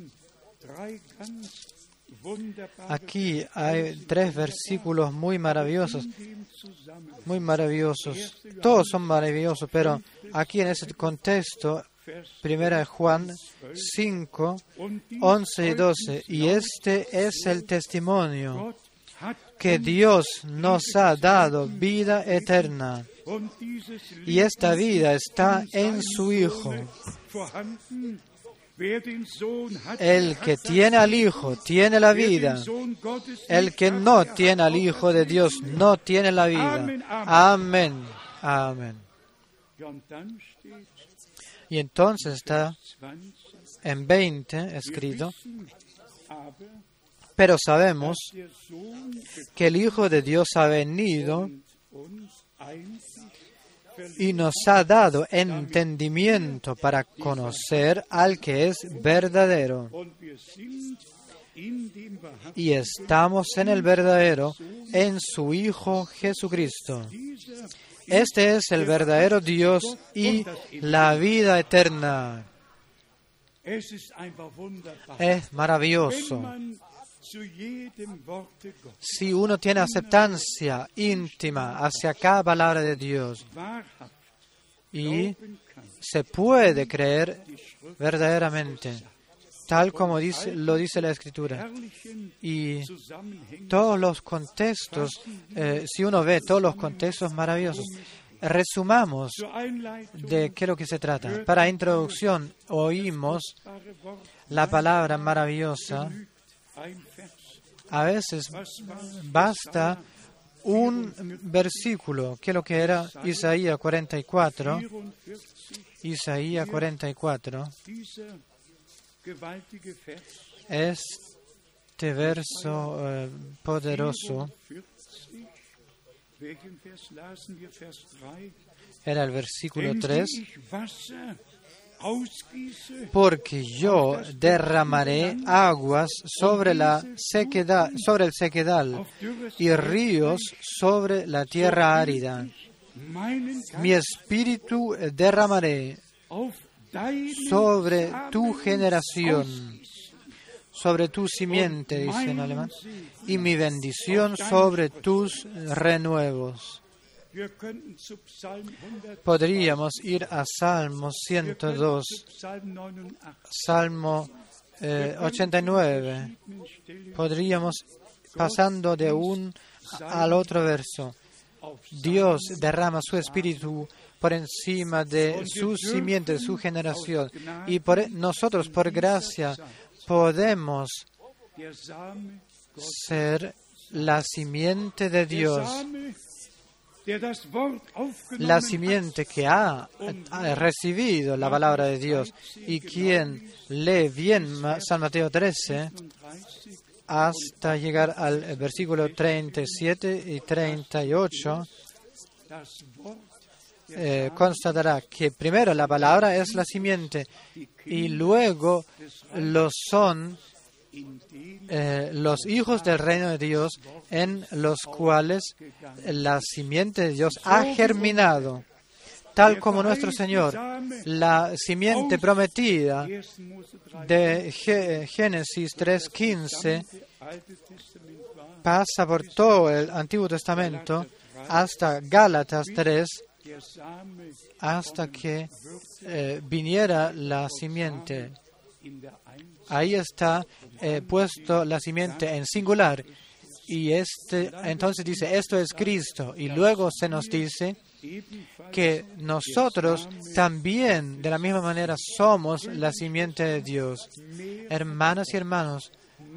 aquí hay tres versículos muy maravillosos, muy maravillosos. Todos son maravillosos, pero aquí en ese contexto, primera de Juan cinco, once y doce, y este es el testimonio que Dios nos ha dado vida eterna, y esta vida está en su Hijo. El que tiene al Hijo tiene la vida. El que no tiene al Hijo de Dios no tiene la vida. Amén. Amén. Y entonces está en veinte escrito, pero sabemos que el Hijo de Dios ha venido y nos ha dado entendimiento para conocer al que es verdadero. Y estamos en el verdadero, en su Hijo Jesucristo. Este es el verdadero Dios y la vida eterna. Es ist einfach wunderbar. Es Wenn maravilloso. man zu jedem Worte Gottes Si uno tiene aceptancia íntima hacia cada palabra de Dios wahrhaft y glauben kann, se puede creer verdaderamente, tal como dice, lo dice la Escritura. herrlichen Y Zusammenhängen todos los contextos, eh, si uno ve todos los contextos maravillosos, resumamos zur Einleitung de qué es lo que se trata. Para introducción oímos wahre Worte la palabra maravillosa. ein Vers. A veces Was war basta un versículo, que es lo que era Isaías cuarenta y cuatro. vierundvierzig, Isaías cuarenta y cuatro. dieser gewaltige Vers, Este verso eh, poderoso vierundvierzig, welchen Vers lasen wir? Vers drei. era el versículo Denn tres. wie ich Wasser ausgieße Porque yo derramaré aguas sobre la sequedad, sobre el sequedal auf dürres y ríos sobre la tierra árida. meinen Mi espíritu derramaré auf deine sobre tu Samen generación, ausgießen. sobre tu simiente, dice en alemán, y mi bendición sobre tus renuevos. Wir könnten zu Psalm hundert, Podríamos ir a Salmo wir ciento könnten dos, zu Psalm neunundachtzig, Salmo eh, ochenta y nueve. verschiedenen Stellen Podríamos, pasando de un al otro verso, auf Dios derrama su espíritu por encima de su simiente, de su generación. Y por e- nosotros, por gracia, podemos der Same Gottes. ser la simiente de Der Dios, Same, der das Wort aufgenommen la hat, simiente que ha, ha recibido la palabra de Dios. Y quien lee bien Ma- San Mateo trece dreißig, hasta llegar al versículo treinta y siete y treinta y ocho, das Wort eh, constatará que primero la palabra es la simiente y luego lo son in den eh, los hijos del reino de Dios, en los cuales la simiente de Dios ha germinado, tal como nuestro Señor, la simiente prometida ersten Mose drei de Gé- Génesis tres quince Alte Testament war, pasa por todo el Antiguo Testamento hasta Gálatas tres, der Same hasta que eh, viniera la simiente. in der Ein Ahí está eh, puesto la simiente en singular. Y este, entonces dice, esto es Cristo. Y luego se nos dice ebenfalls que nosotros también, de la misma manera, somos la simiente de Dios. Hermanas y hermanos,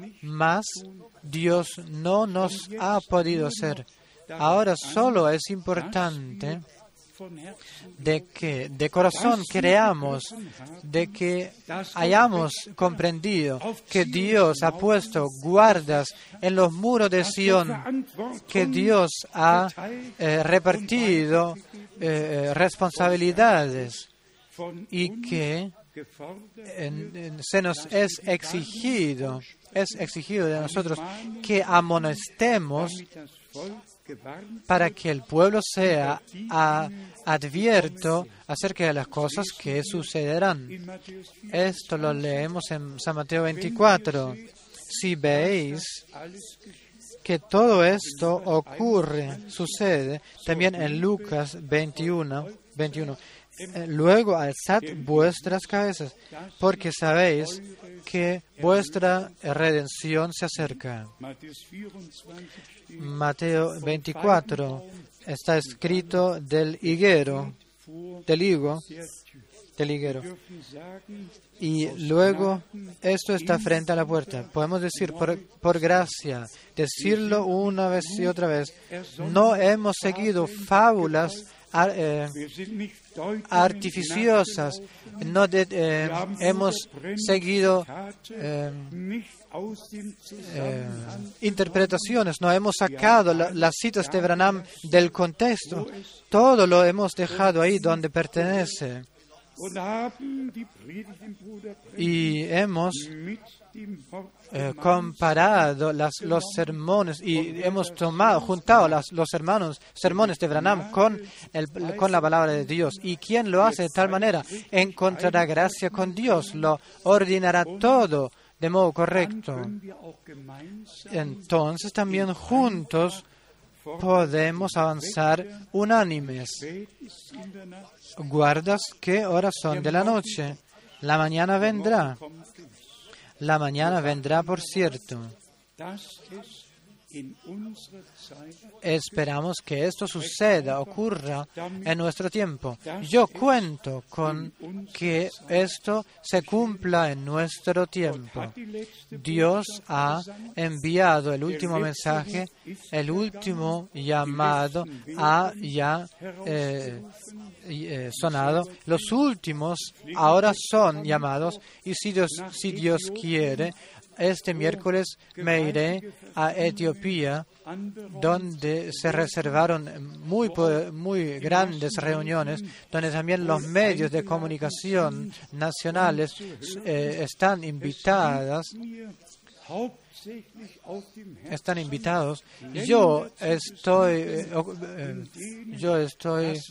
más Dios no nos ha podido hacer. Ahora solo es importante von Herzen de que de corazón creamos, de que hayamos comprendido que Dios ha puesto guardas en los muros de Sión, que Dios ha eh, repartido eh, responsabilidades von y que gefordert, en- en- se nos es exigido, es exigido de nosotros que amonestemos damit das Volk gewarnt para que el pueblo sea a- advierto acerca de las cosas que sucederán. in Matthäus vier, Esto lo leemos en San Mateo veinticuatro. Si veis alles geschieht. que todo esto ocurre, sucede, también en Lucas veintiuno, veintiuno. Eh, Luego alzad vuestras cabezas, porque sabéis que vuestra redención se acerca. Matthäus vierundzwanzig steht, Mateo veinticuatro está escrito del higuero, vor del higo, der Tür. del higuero. Wir dürfen sagen, Y luego esto está frente a la puerta. Podemos decir por, por gracia, decirlo una vez y otra vez. No hemos seguido fábulas ar- eh, wir sind nicht Deutungen artificiosas, no de- eh, hemos seguido eh, nicht aus dem eh, Zusammenhang interpretaciones, no hemos sacado la- las citas de Branham del contexto, todo lo hemos dejado ahí donde pertenece. y hemos eh, comparado las, los sermones y hemos tomado, juntado las, los hermanos, sermones de Branham con, el, con la palabra de Dios. Y quien lo hace de tal manera encontrará gracia con Dios, lo ordenará todo de modo correcto. Entonces también juntos podemos avanzar unánimes. ¿Guardas qué horas son de la noche? La mañana vendrá. La mañana vendrá, por cierto. Esperamos que esto suceda, ocurra en nuestro tiempo. Yo cuento con que esto se cumpla en nuestro tiempo. Dios ha enviado el último mensaje, el último llamado ha ya eh, eh, sonado. Los últimos ahora son llamados y si Dios, si Dios quiere, este miércoles me iré a Etiopía, donde se reservaron muy, muy grandes reuniones, donde también los medios de comunicación nacionales eh, están invitadas, están invitados. Yo estoy, eh, eh, yo estoy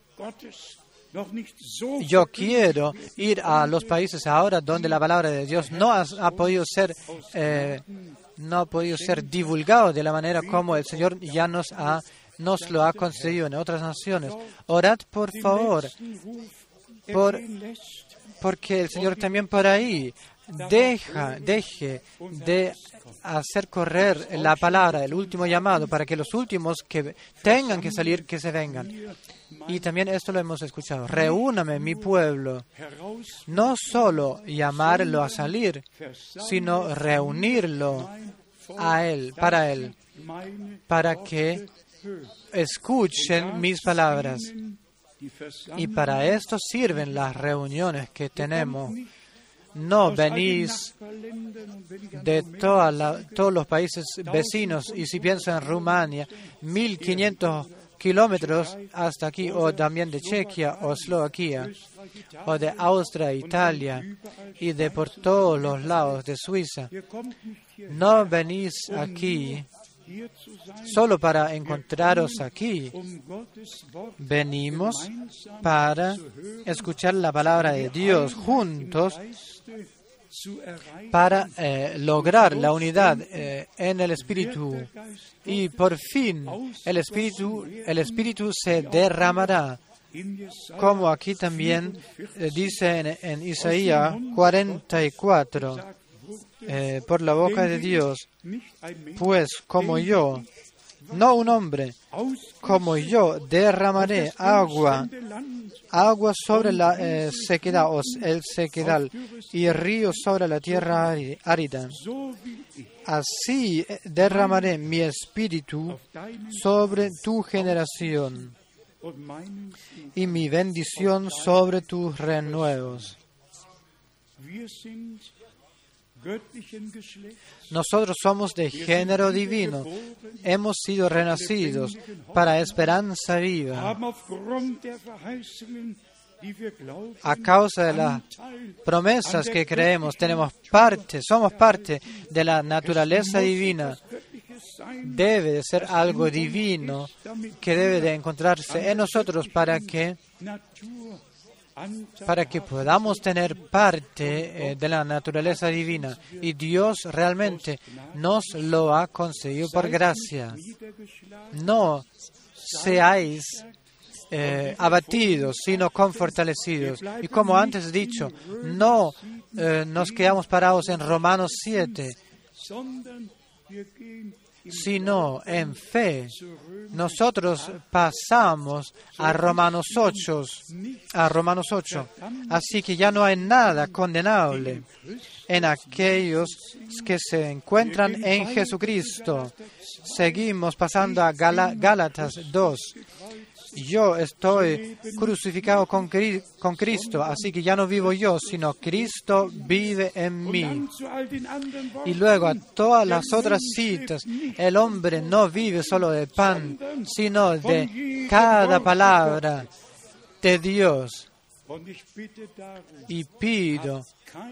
Yo quiero ir a los países ahora donde la palabra de Dios no ha, ha podido ser eh, no ha podido ser divulgado de la manera como el Señor ya nos ha nos lo ha concedido en otras naciones. Orad por favor, por, porque el Señor también por ahí deja, deje de hacer correr la palabra, el último llamado, para que los últimos que tengan que salir, que se vengan. Y también esto lo hemos escuchado. Reúname, mi pueblo. No solo llamarlo a salir, sino reunirlo a Él, para Él, para que escuchen mis palabras. Y para esto sirven las reuniones que tenemos. No venís de toda la, todos los países vecinos, y si pienso en Rumania, mil quinientos kilómetros hasta aquí, o también de Chequia o Eslovaquia, o de Austria, Italia, y de por todos los lados de Suiza. No venís aquí solo para encontraros aquí. Venimos para escuchar la palabra de Dios juntos, para eh, lograr la unidad eh, en el Espíritu. Y por fin el Espíritu, el Espíritu se derramará, como aquí también eh, dice en, en Isaías cuarenta y cuatro, eh, por la boca de Dios, pues como yo, no un hombre, como yo derramaré agua, agua sobre la eh, sequedad, o el sequedal, y ríos sobre la tierra árida. Así derramaré mi espíritu sobre tu generación y mi bendición sobre tus renuevos. Nosotros somos de género divino, hemos sido renacidos para esperanza viva. A causa de las promesas que creemos, tenemos parte, somos parte de la naturaleza divina. Debe de ser algo divino que debe de encontrarse en nosotros para que para que podamos tener parte eh, de la naturaleza divina. Y Dios realmente nos lo ha concedido por gracia. No seáis eh, abatidos, sino confortalecidos. Y como antes he dicho, no eh, nos quedamos parados en Romanos siete, sino en fe. Nosotros pasamos a Romanos ocho, a Romanos ocho. Así que ya no hay nada condenable en aquellos que se encuentran en Jesucristo. Seguimos pasando a Gala- Gálatas dos. Yo estoy crucificado con, Cri- con Cristo, así que ya no vivo yo, sino Cristo vive en mí. Y luego a todas las otras citas, el hombre no vive solo de pan, sino de cada palabra de Dios. Y pido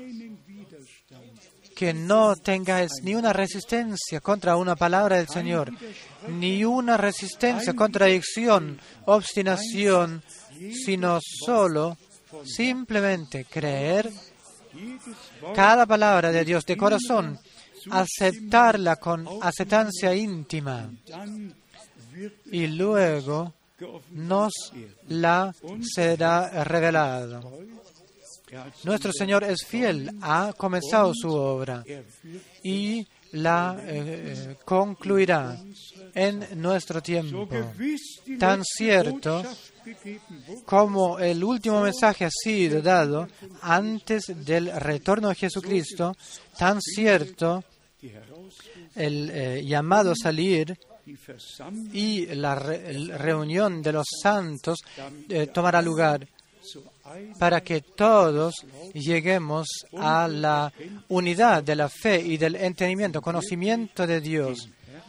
que no tengáis ni una resistencia contra una palabra del Señor, ni una resistencia, contradicción, obstinación, sino solo simplemente creer cada palabra de Dios de corazón, aceptarla con aceptancia íntima y luego nos la será revelado. Nuestro Señor es fiel, ha comenzado su obra y la eh, concluirá en nuestro tiempo. Tan cierto como el último mensaje ha sido dado antes del retorno de Jesucristo, tan cierto el eh, llamado a salir y la re reunión de los santos eh, tomará lugar para que todos lleguemos a la unidad de la fe y del entendimiento, conocimiento de Dios,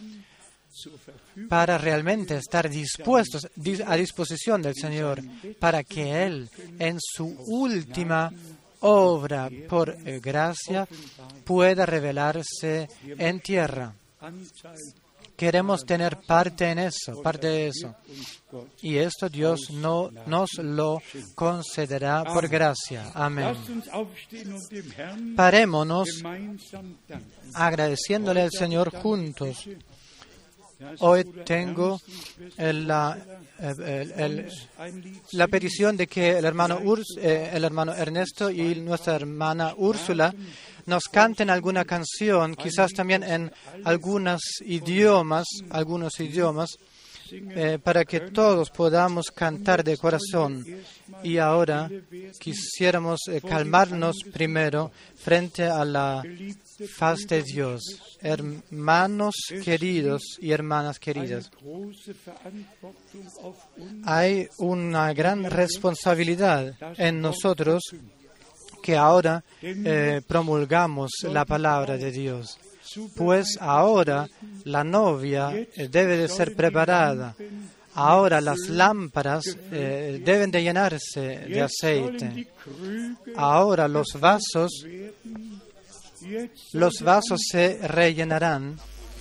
para realmente estar dispuestos a disposición del Señor, para que Él en su última obra por gracia pueda revelarse en tierra. Queremos tener parte en eso, parte de eso. Y esto Dios no nos lo concederá por gracia. Amén. Parémonos agradeciéndole al Señor juntos. Hoy tengo el, la, el, el, la petición de que el hermano, Urs, eh, el hermano Ernesto y nuestra hermana Úrsula nos canten alguna canción, quizás también en algunos idiomas, algunos idiomas, eh, para que todos podamos cantar de corazón. Y ahora quisiéramos eh, calmarnos primero frente a la faz de Dios. Hermanos queridos y hermanas queridas, hay una gran responsabilidad en nosotros que ahora eh, promulgamos la palabra de Dios, pues ahora la novia eh, debe de ser preparada. Ahora las lámparas eh, deben de llenarse de aceite. Ahora los vasos, los vasos se rellenarán.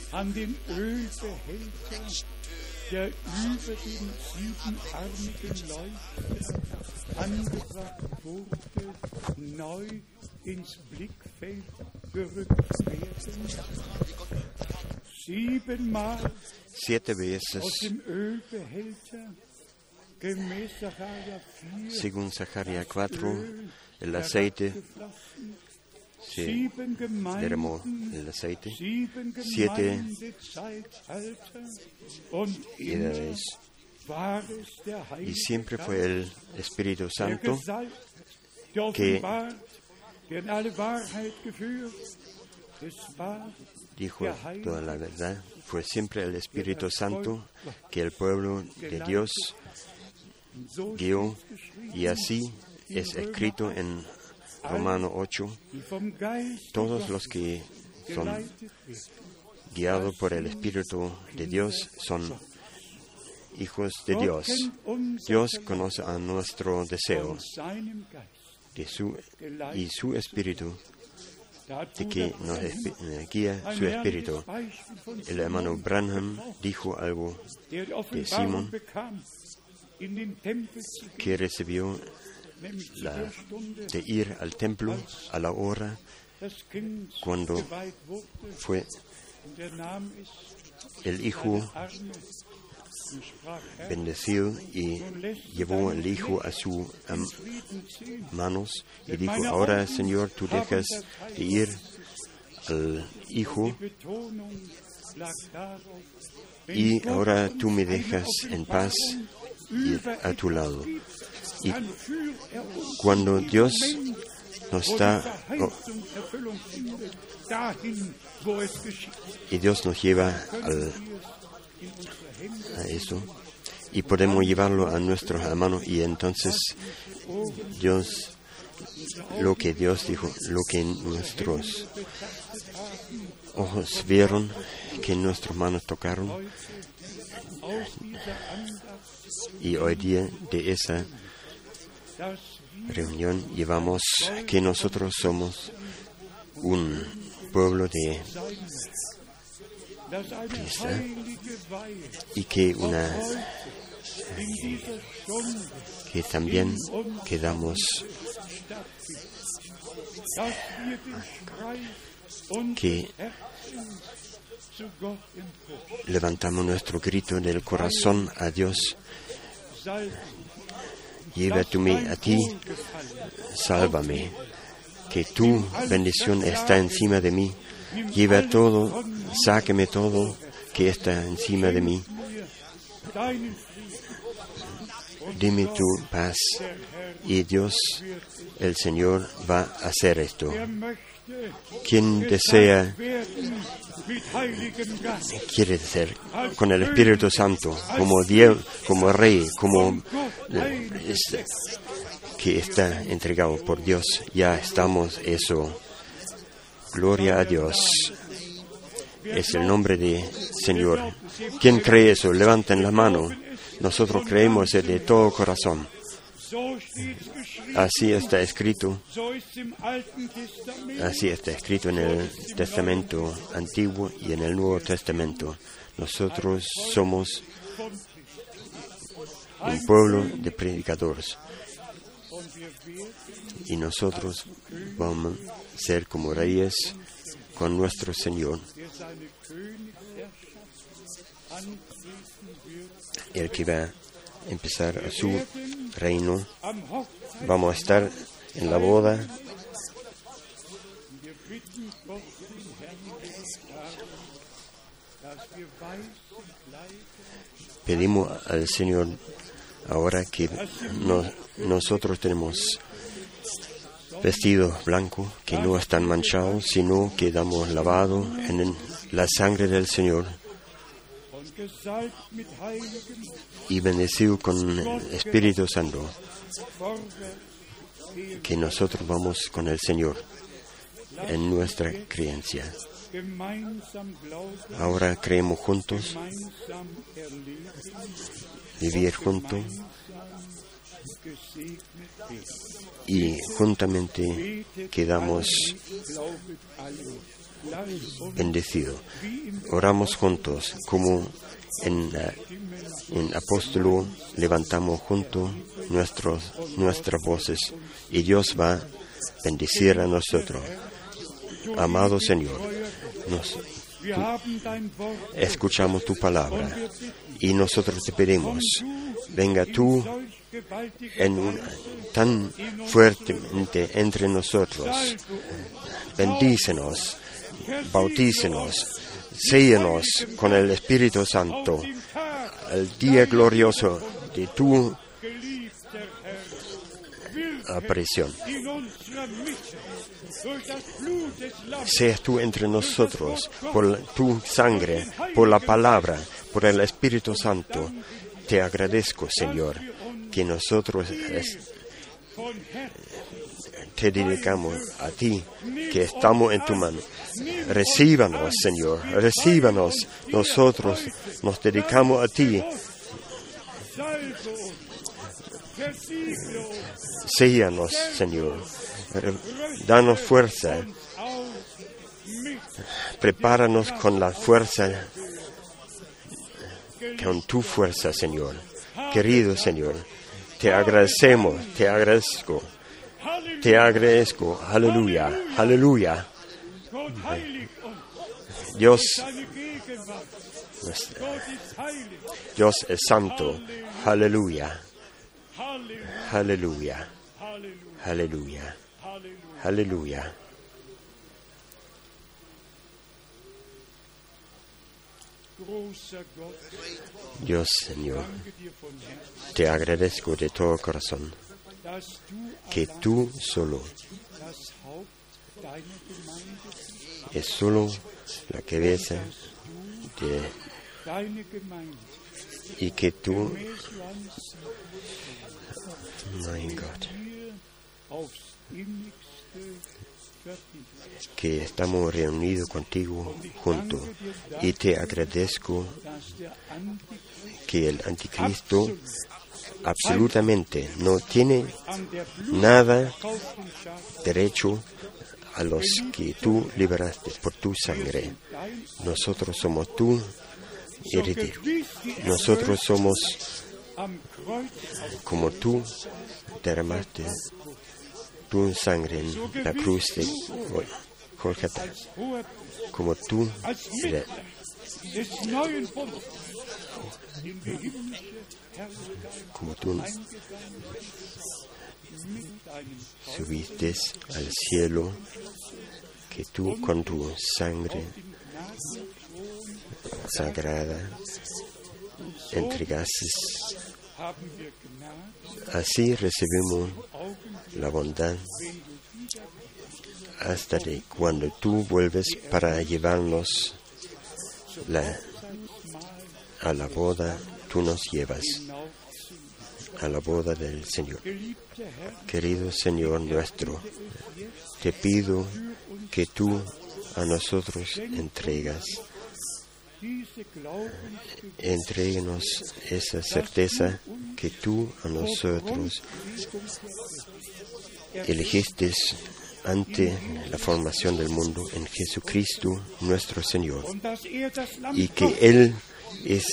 Siete veces, según Zacarías cuatro, el aceite se derramó, el aceite, siete edades. Y siempre fue el Espíritu Santo que dijo toda la verdad. Fue siempre el Espíritu Santo que el pueblo de Dios guió, y así es escrito en Romanos ocho. Todos los que son guiados por el Espíritu de Dios son hijos de Dios. Dios conoce a nuestro deseo de su, y su Espíritu, de que nos guía su Espíritu. El hermano Branham dijo algo de Simón, que recibió la, de ir al templo a la hora cuando fue el hijo bendecido, y llevó el hijo a sus um, manos y dijo: ahora, Señor, tú dejas de ir al hijo y ahora tú me dejas en paz ir a tu lado. Y cuando Dios nos está oh, y Dios nos lleva al a eso, y podemos llevarlo a nuestros hermanos, y entonces Dios, lo que Dios dijo, lo que nuestros ojos vieron, que nuestras manos tocaron, y hoy día de esa reunión llevamos que nosotros somos un pueblo de Cristo y que una que también quedamos que levantamos nuestro grito del corazón a Dios. Llévame a ti, sálvame, que tu bendición está encima de mí. Lleva todo, sáqueme todo que está encima de mí. Dime tu paz y Dios, el Señor, va a hacer esto. Quien desea, quiere ser con el Espíritu Santo, como Dios, como Rey, como eh, que está entregado por Dios. Ya estamos eso. Gloria a Dios. Es el nombre de Señor. ¿Quién cree eso? Levanten la mano. Nosotros creemos de todo corazón. Así está escrito. Así está escrito en el Testamento Antiguo y en el Nuevo Testamento. Nosotros somos un pueblo de predicadores. Y nosotros vamos a ser como reyes con nuestro Señor. El que va a empezar a su reino. Vamos a estar en la boda. Pedimos al Señor ahora que no, nosotros tenemos vestidos blancos que no están manchados, sino que damos lavado en la sangre del Señor y bendecido con el Espíritu Santo, que nosotros vamos con el Señor en nuestra creencia. Ahora creemos juntos, vivir juntos y juntamente quedamos bendecidos. Oramos juntos como en, uh, en Apóstolo, levantamos juntos nuestros, nuestras voces y Dios va a bendecir a nosotros. Amado Señor, nos, escuchamos tu palabra y nosotros te pedimos, venga tú en un, tan fuertemente entre nosotros, bendícenos, bautícenos, séllanos con el Espíritu Santo, el día glorioso de tu aparición. Seas tú entre nosotros por tu sangre, por la palabra, por el Espíritu Santo. Te agradezco, Señor, que nosotros es, te dedicamos a ti, que estamos en tu mano. Recíbanos, Señor, recíbanos. Nosotros nos dedicamos a ti. Séllanos, Señor. Danos fuerza. Prepáranos con la fuerza, con tu fuerza, Señor. Querido Señor, te agradecemos, te agradezco, te agradezco. Aleluya, aleluya. Dios, Dios es santo. Aleluya, aleluya, aleluya, aleluya. Dios, Señor, te agradezco de todo corazón que tú solo es solo la cabeza de, y que tú, my God, que estamos reunidos contigo juntos, y te agradezco que el anticristo absolutamente no tiene nada derecho a los que tú liberaste por tu sangre. Nosotros somos tu heredero. Nosotros somos como tú derramaste tu sangre en la cruz de Golgotha, como tú como tú subiste al cielo, que tú con tu sangre sagrada entregaste. Así recibimos la bondad hasta de cuando tú vuelves para llevarnos la, a la boda, tú nos llevas a la boda del Señor. Querido Señor nuestro, te pido que tú a nosotros entregas, entréguenos esa certeza que tú a nosotros elegiste ante la formación del mundo en Jesucristo nuestro Señor, y que Él es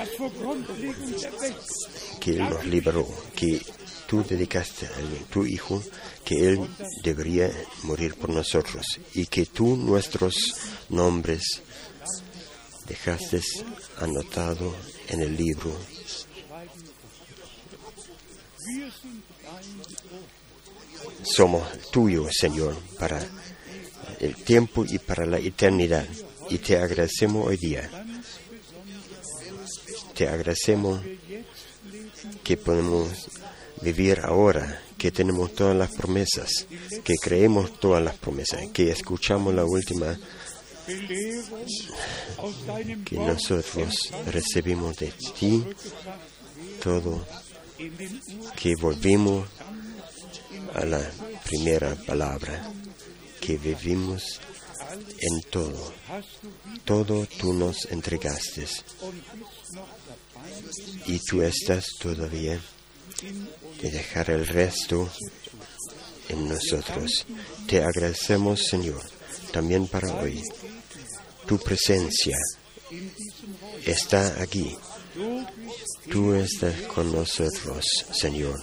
que Él nos liberó, que tú dedicaste a tu Hijo, que Él debería morir por nosotros, y que tú nuestros nombres dejaste anotado en el libro. Somos tuyos, Señor, para el tiempo y para la eternidad, y te agradecemos hoy día. Te agradecemos que podemos vivir ahora, que tenemos todas las promesas, que creemos todas las promesas, que escuchamos la última, que nosotros recibimos de ti todo, que volvimos a la primera palabra, que vivimos en todo. Todo tú nos entregaste, y tú estás todavía de dejar el resto en nosotros. Te agradecemos, Señor, también para hoy. Tu presencia está aquí. Tú estás con nosotros, Señor.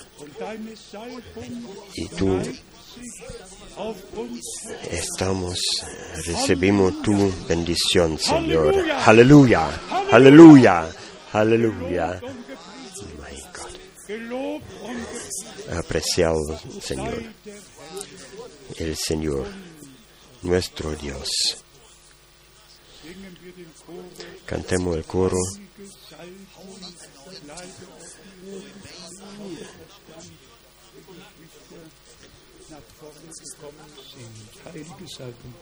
Y tú estamos, recibimos tu bendición, Señor. Aleluya, aleluya, aleluya. My God. Apreciado, Señor, el Señor, nuestro Dios. Cantemos el coro. Heilige Salbung.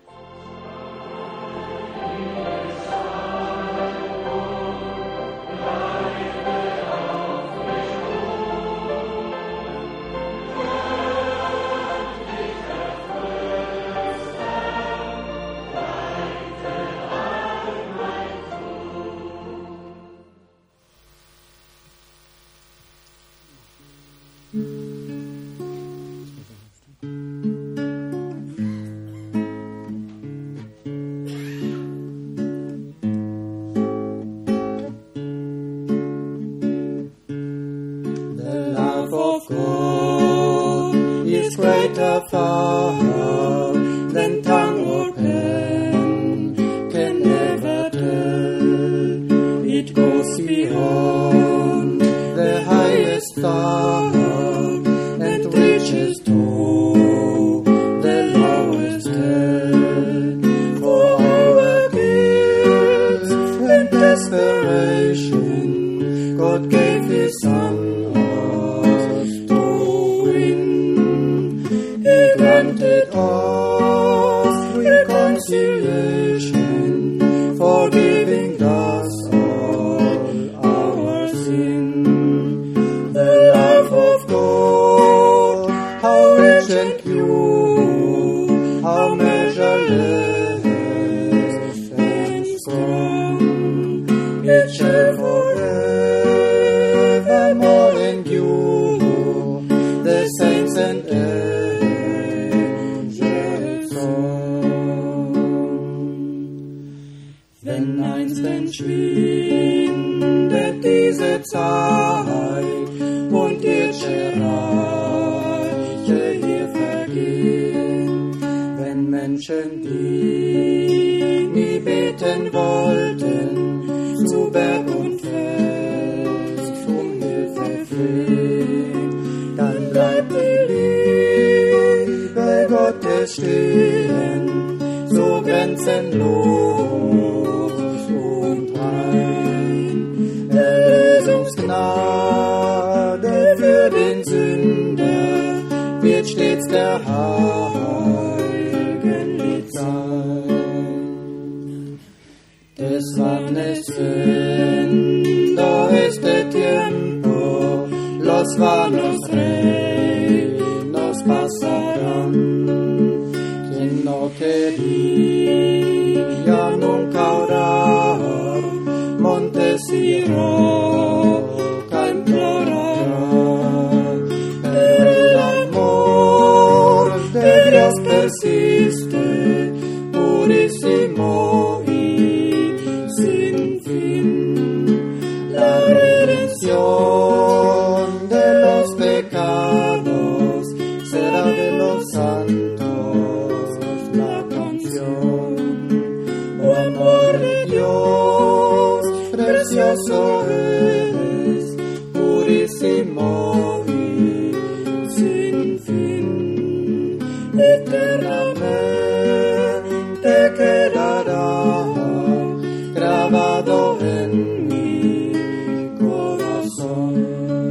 Greater far than tongue or pen can never tell. It goes beyond the highest star and reaches to the lowest hell. For our guilt and desperation, God gave His Son. Granted us reconciliation, forgiving us all our sin. The love of God, how rich and pure, how measureless and strong, it shall forevermore diese Zeit und irdische Reiche hier vergehen. Wenn Menschen, die nie beten wollten, zu Berg und Fels um Hilfe flehen, dann bleibt die Liebe Gottes stehen, so grenzenlos und rein. Erlösungsgnade für den Sünder wird stets der Heiligen Lied sein. Desvaneciendo este tiempo, los vanos reinos pasarán. Quien no quería nunca orar, montes y roca implorará. Pero el amor de Dios persiste, purísimo y sin fin. La redención de los pecados será de los santos la canción. Oh amor de Dios, precioso es, purísimo y sin fin. Eternamente quedará grabado en mi corazón.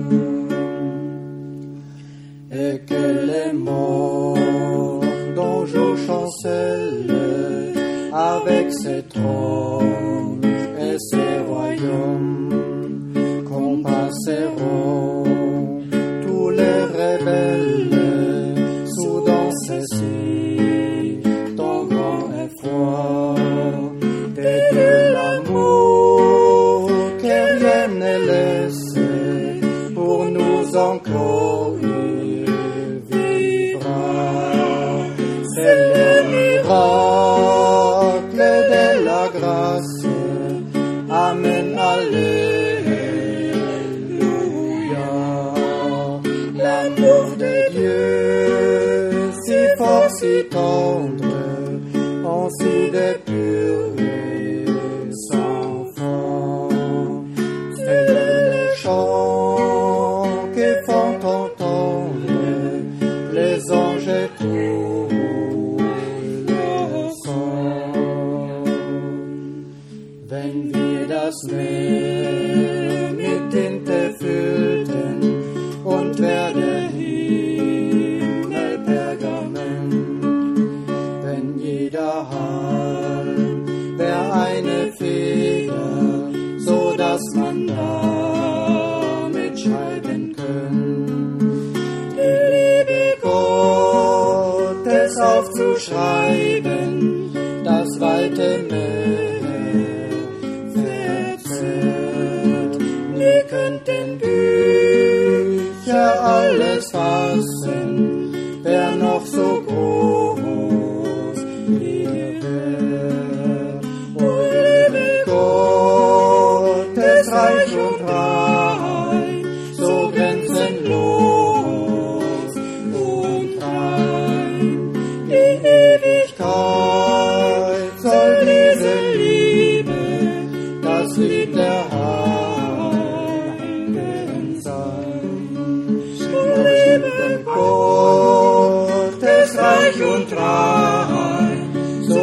Et que les mondes dont je chancelle avec ses trônes et ses royaumes compasseront tous les rebelles sous dans ceci ton grand effroi. Et de l'amour que rien ne laisse pour nous encore vivra. C'est le miracle de la grâce. Amen, alléluia. L'amour de Dieu, si fort, si tendre, ainsi de pur et sans fond. C'est les chants qui font entendre les anges et tout le son. Wenn wir das Meer mit Tinte füllten und wer der Himmel Pergament, wenn jeder Halm wär eine Feder, so dass man damit schreiben könnte, die Liebe Gottes aufzuschreiben, das weite Meer verzehrt. Wir könnten Bücher alles fassen, wer noch so groß ihr wär. O Liebe Gottes reich und rein, so grenzenlos und rein. Die Ewigkeit soll diese Liebe, das Lied der Heiligen sein. Liebe Gottes reich und rein, so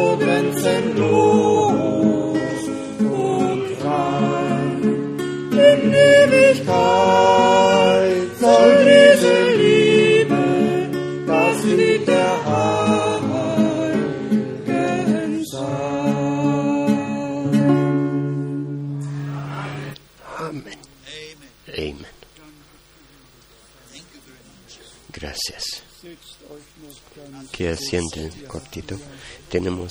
grenzenlos und rein. In Ewigkeit soll diese Liebe das Lied der Heiligen sein. Amén. Amén. Gracias. Que asienten cortito. Tenemos,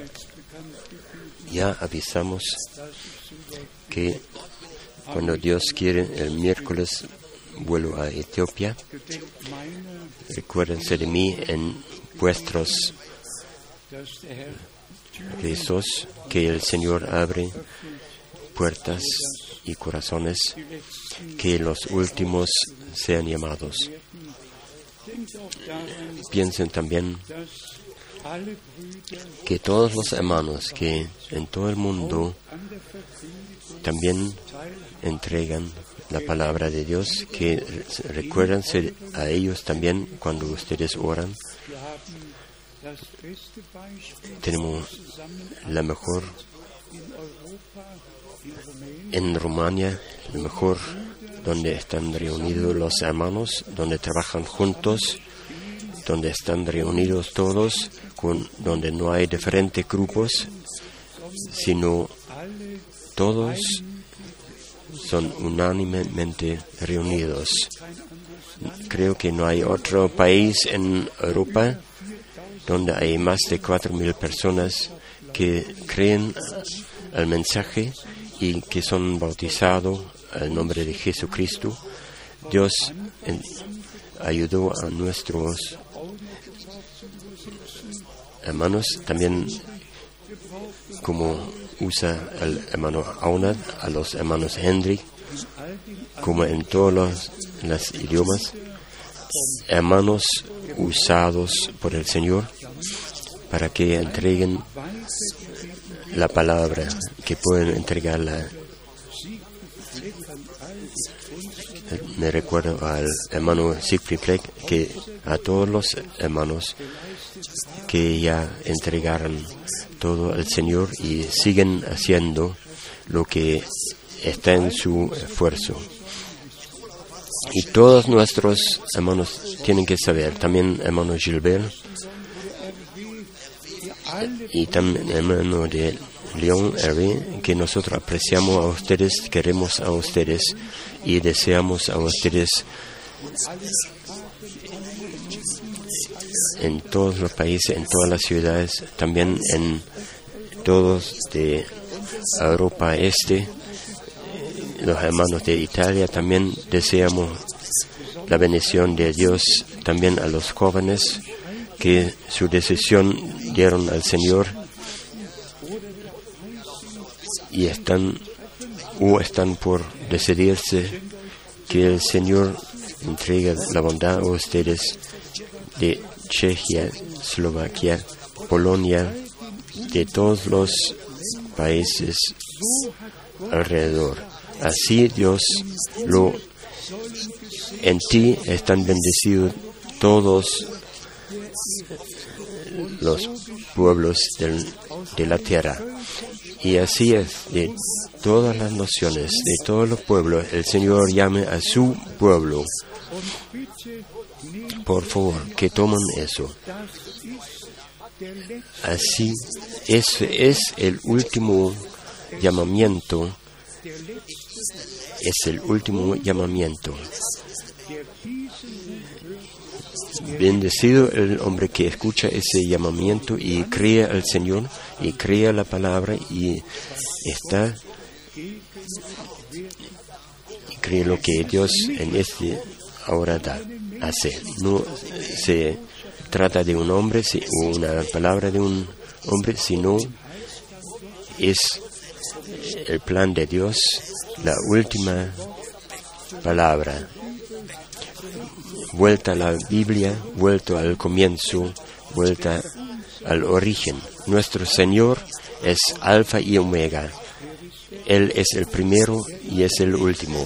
ya avisamos que cuando Dios quiere, el miércoles vuelvo a Etiopía. Recuérdense de mí en vuestros rezos, que el Señor abre puertas y corazones, que los últimos sean llamados. Piensen también que todos los hermanos que en todo el mundo también entregan la palabra de Dios, que recuérdense a ellos también cuando ustedes oran. Tenemos la mejor en Rumania, la mejor donde están reunidos los hermanos, donde trabajan juntos, donde están reunidos todos, con, donde no hay diferentes grupos, sino todos son unánimemente reunidos. Creo que no hay otro país en Europa donde hay más de cuatro mil personas que creen al mensaje y que son bautizados al nombre de Jesucristo. Dios en, ayudó a nuestros hermanos, también como usa al hermano Aunad, a los hermanos Hendrik, como en todos los, los idiomas, hermanos usados por el Señor para que entreguen la palabra, que pueden entregarla. Me recuerdo al hermano Siegfried Fleck, que a todos los hermanos que ya entregaron todo al Señor y siguen haciendo lo que está en su esfuerzo. Y todos nuestros hermanos tienen que saber, también hermano Gilbert y también hermano de León Hervé, que nosotros apreciamos a ustedes, queremos a ustedes y deseamos a ustedes en todos los países, en todas las ciudades, también en todos de Europa Este, los hermanos de Italia. También deseamos la bendición de Dios también a los jóvenes que su decisión dieron al Señor y están o están por decidirse, que el Señor entregue la bondad a ustedes de Chechia, Eslovaquia, Polonia, de todos los países alrededor. Así Dios lo en ti están bendecidos todos los pueblos del, de la tierra. Y así es, de todas las naciones, de todos los pueblos, el Señor llame a su pueblo. Por favor, que tomen eso. Así, ese es el último llamamiento. Es el último llamamiento. Bendecido el hombre que escucha ese llamamiento y crea al Señor y crea la palabra y está y cree lo que Dios en este ahora da, hace. No se trata de un hombre o una palabra de un hombre, sino es el plan de Dios, la última palabra. Vuelta a la Biblia, vuelto al comienzo, vuelta al origen. Nuestro Señor es Alfa y Omega. Él es el primero y es el último.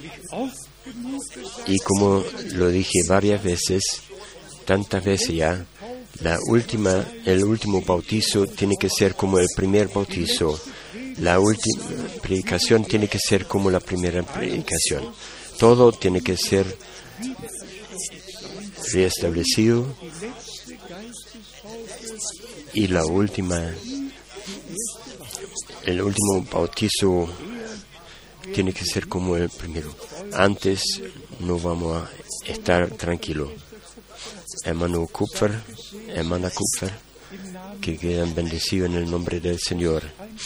Y como lo dije varias veces, tantas veces ya, la última, el último bautizo tiene que ser como el primer bautizo. La última predicación tiene que ser como la primera predicación. Todo tiene que ser reestablecido y la última el último bautizo tiene que ser como el primero. Antes no vamos a estar tranquilos. Hermano Kupfer, hermana Kupfer, que quedan bendecidos en el nombre del Señor.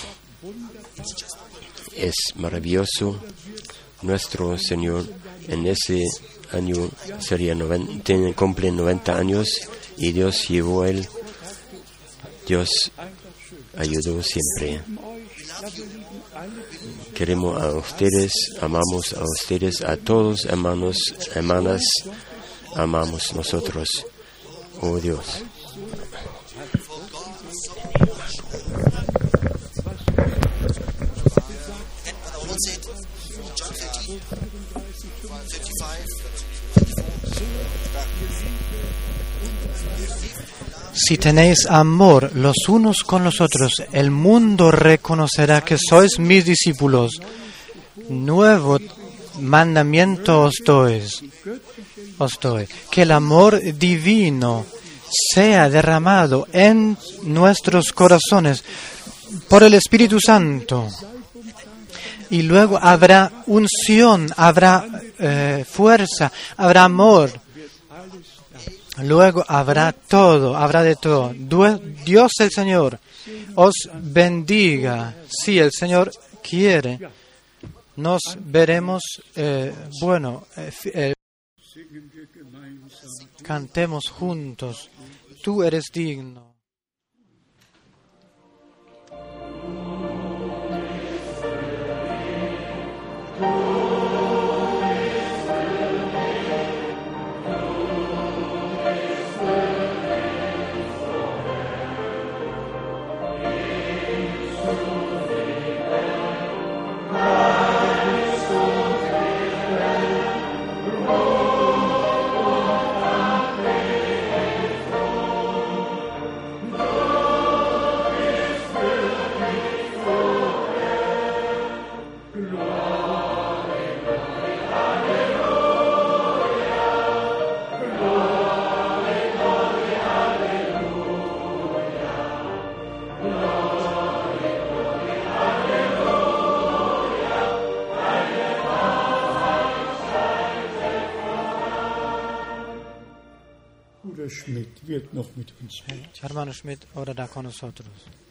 Es maravilloso nuestro Señor. En ese año sería noventa, cumple noventa años y Dios llevó a él. Dios ayudó siempre. Queremos a ustedes, amamos a ustedes, a todos, hermanos, hermanas, amamos nosotros, oh Dios. Si tenéis amor los unos con los otros, el mundo reconocerá que sois mis discípulos. Nuevo mandamiento os doy, os doy, que el amor divino sea derramado en nuestros corazones por el Espíritu Santo. Y luego habrá unción, habrá eh, fuerza, habrá amor. Luego habrá todo, habrá de todo. Dios el Señor os bendiga. Si el Señor quiere, nos veremos, eh, bueno, eh, eh, cantemos juntos. Tú eres digno. Schmidt wird noch mit uns beten. Hermano Schmidt orará con nosotros.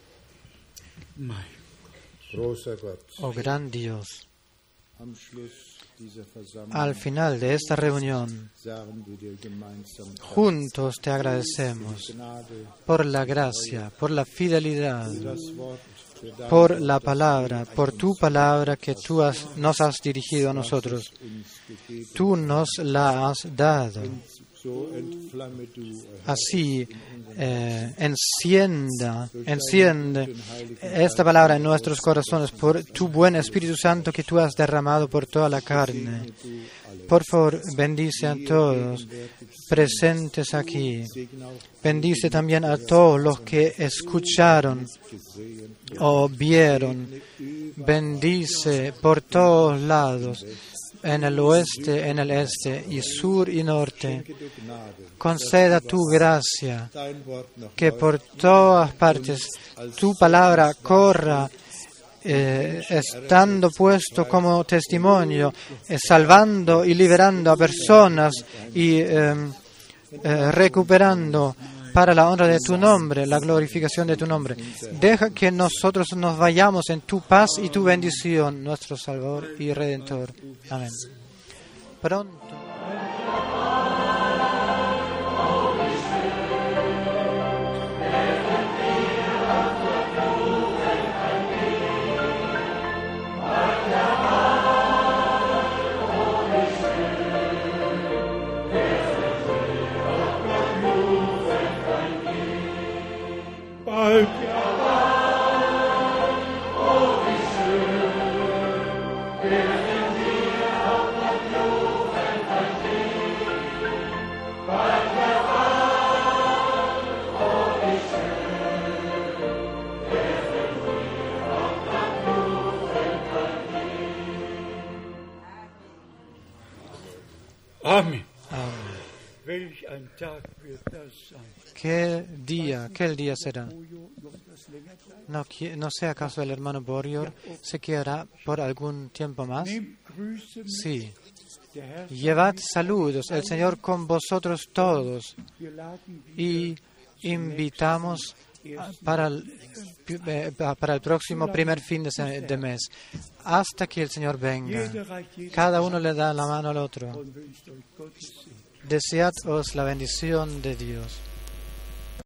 Mein Großer Gott, Oh gran Dios, am Schluss dieser Versammlung al final de esta reunión, sagen wir dir gemeinsam juntos te agradecemos Gnade por la gracia, por la fidelidad, das Wort für dein por la palabra, por tu palabra que tú has- nos has dirigido a nosotros. uns gegeben. Tú nos la has dado. So entflamme du, Herr, Así eh, encienda, enciende esta palabra en nuestros corazones por tu buen Espíritu Santo que tú has derramado por toda la carne. Por favor, bendice a todos presentes aquí. Bendice también a todos los que escucharon o vieron. Bendice por todos lados, en el oeste, en el este, y sur y norte. Conceda tu gracia, dein Wort noch que por todas partes tu palabra corra, eh, estando puesto como testimonio, eh, salvando y liberando a personas y eh, eh, recuperando para la honra de tu nombre, la glorificación de tu nombre. Deja que nosotros nos vayamos en tu paz y tu bendición, nuestro Salvador y Redentor. Amén. Pronto. Bald Amen. Amén. Welch ein Tag wird das sein. ¿Qué día, qué el día será? Ojo, noch etwas länger bleiben. No, qui- no sé acaso el hermano Borjor se quedará por algún tiempo más. Nehmt Grüße mit. Sí. Der Herr Llevad saludos, el Señor con vosotros todos. wir laden Y invitamos a- para el, eh, para el próximo primer fin de, se- de mes, hasta que el Señor venga. jeder reicht jeder Cada uno le da la mano al otro. und wünscht euch Gottes Segen. Desead os la bendición de Dios.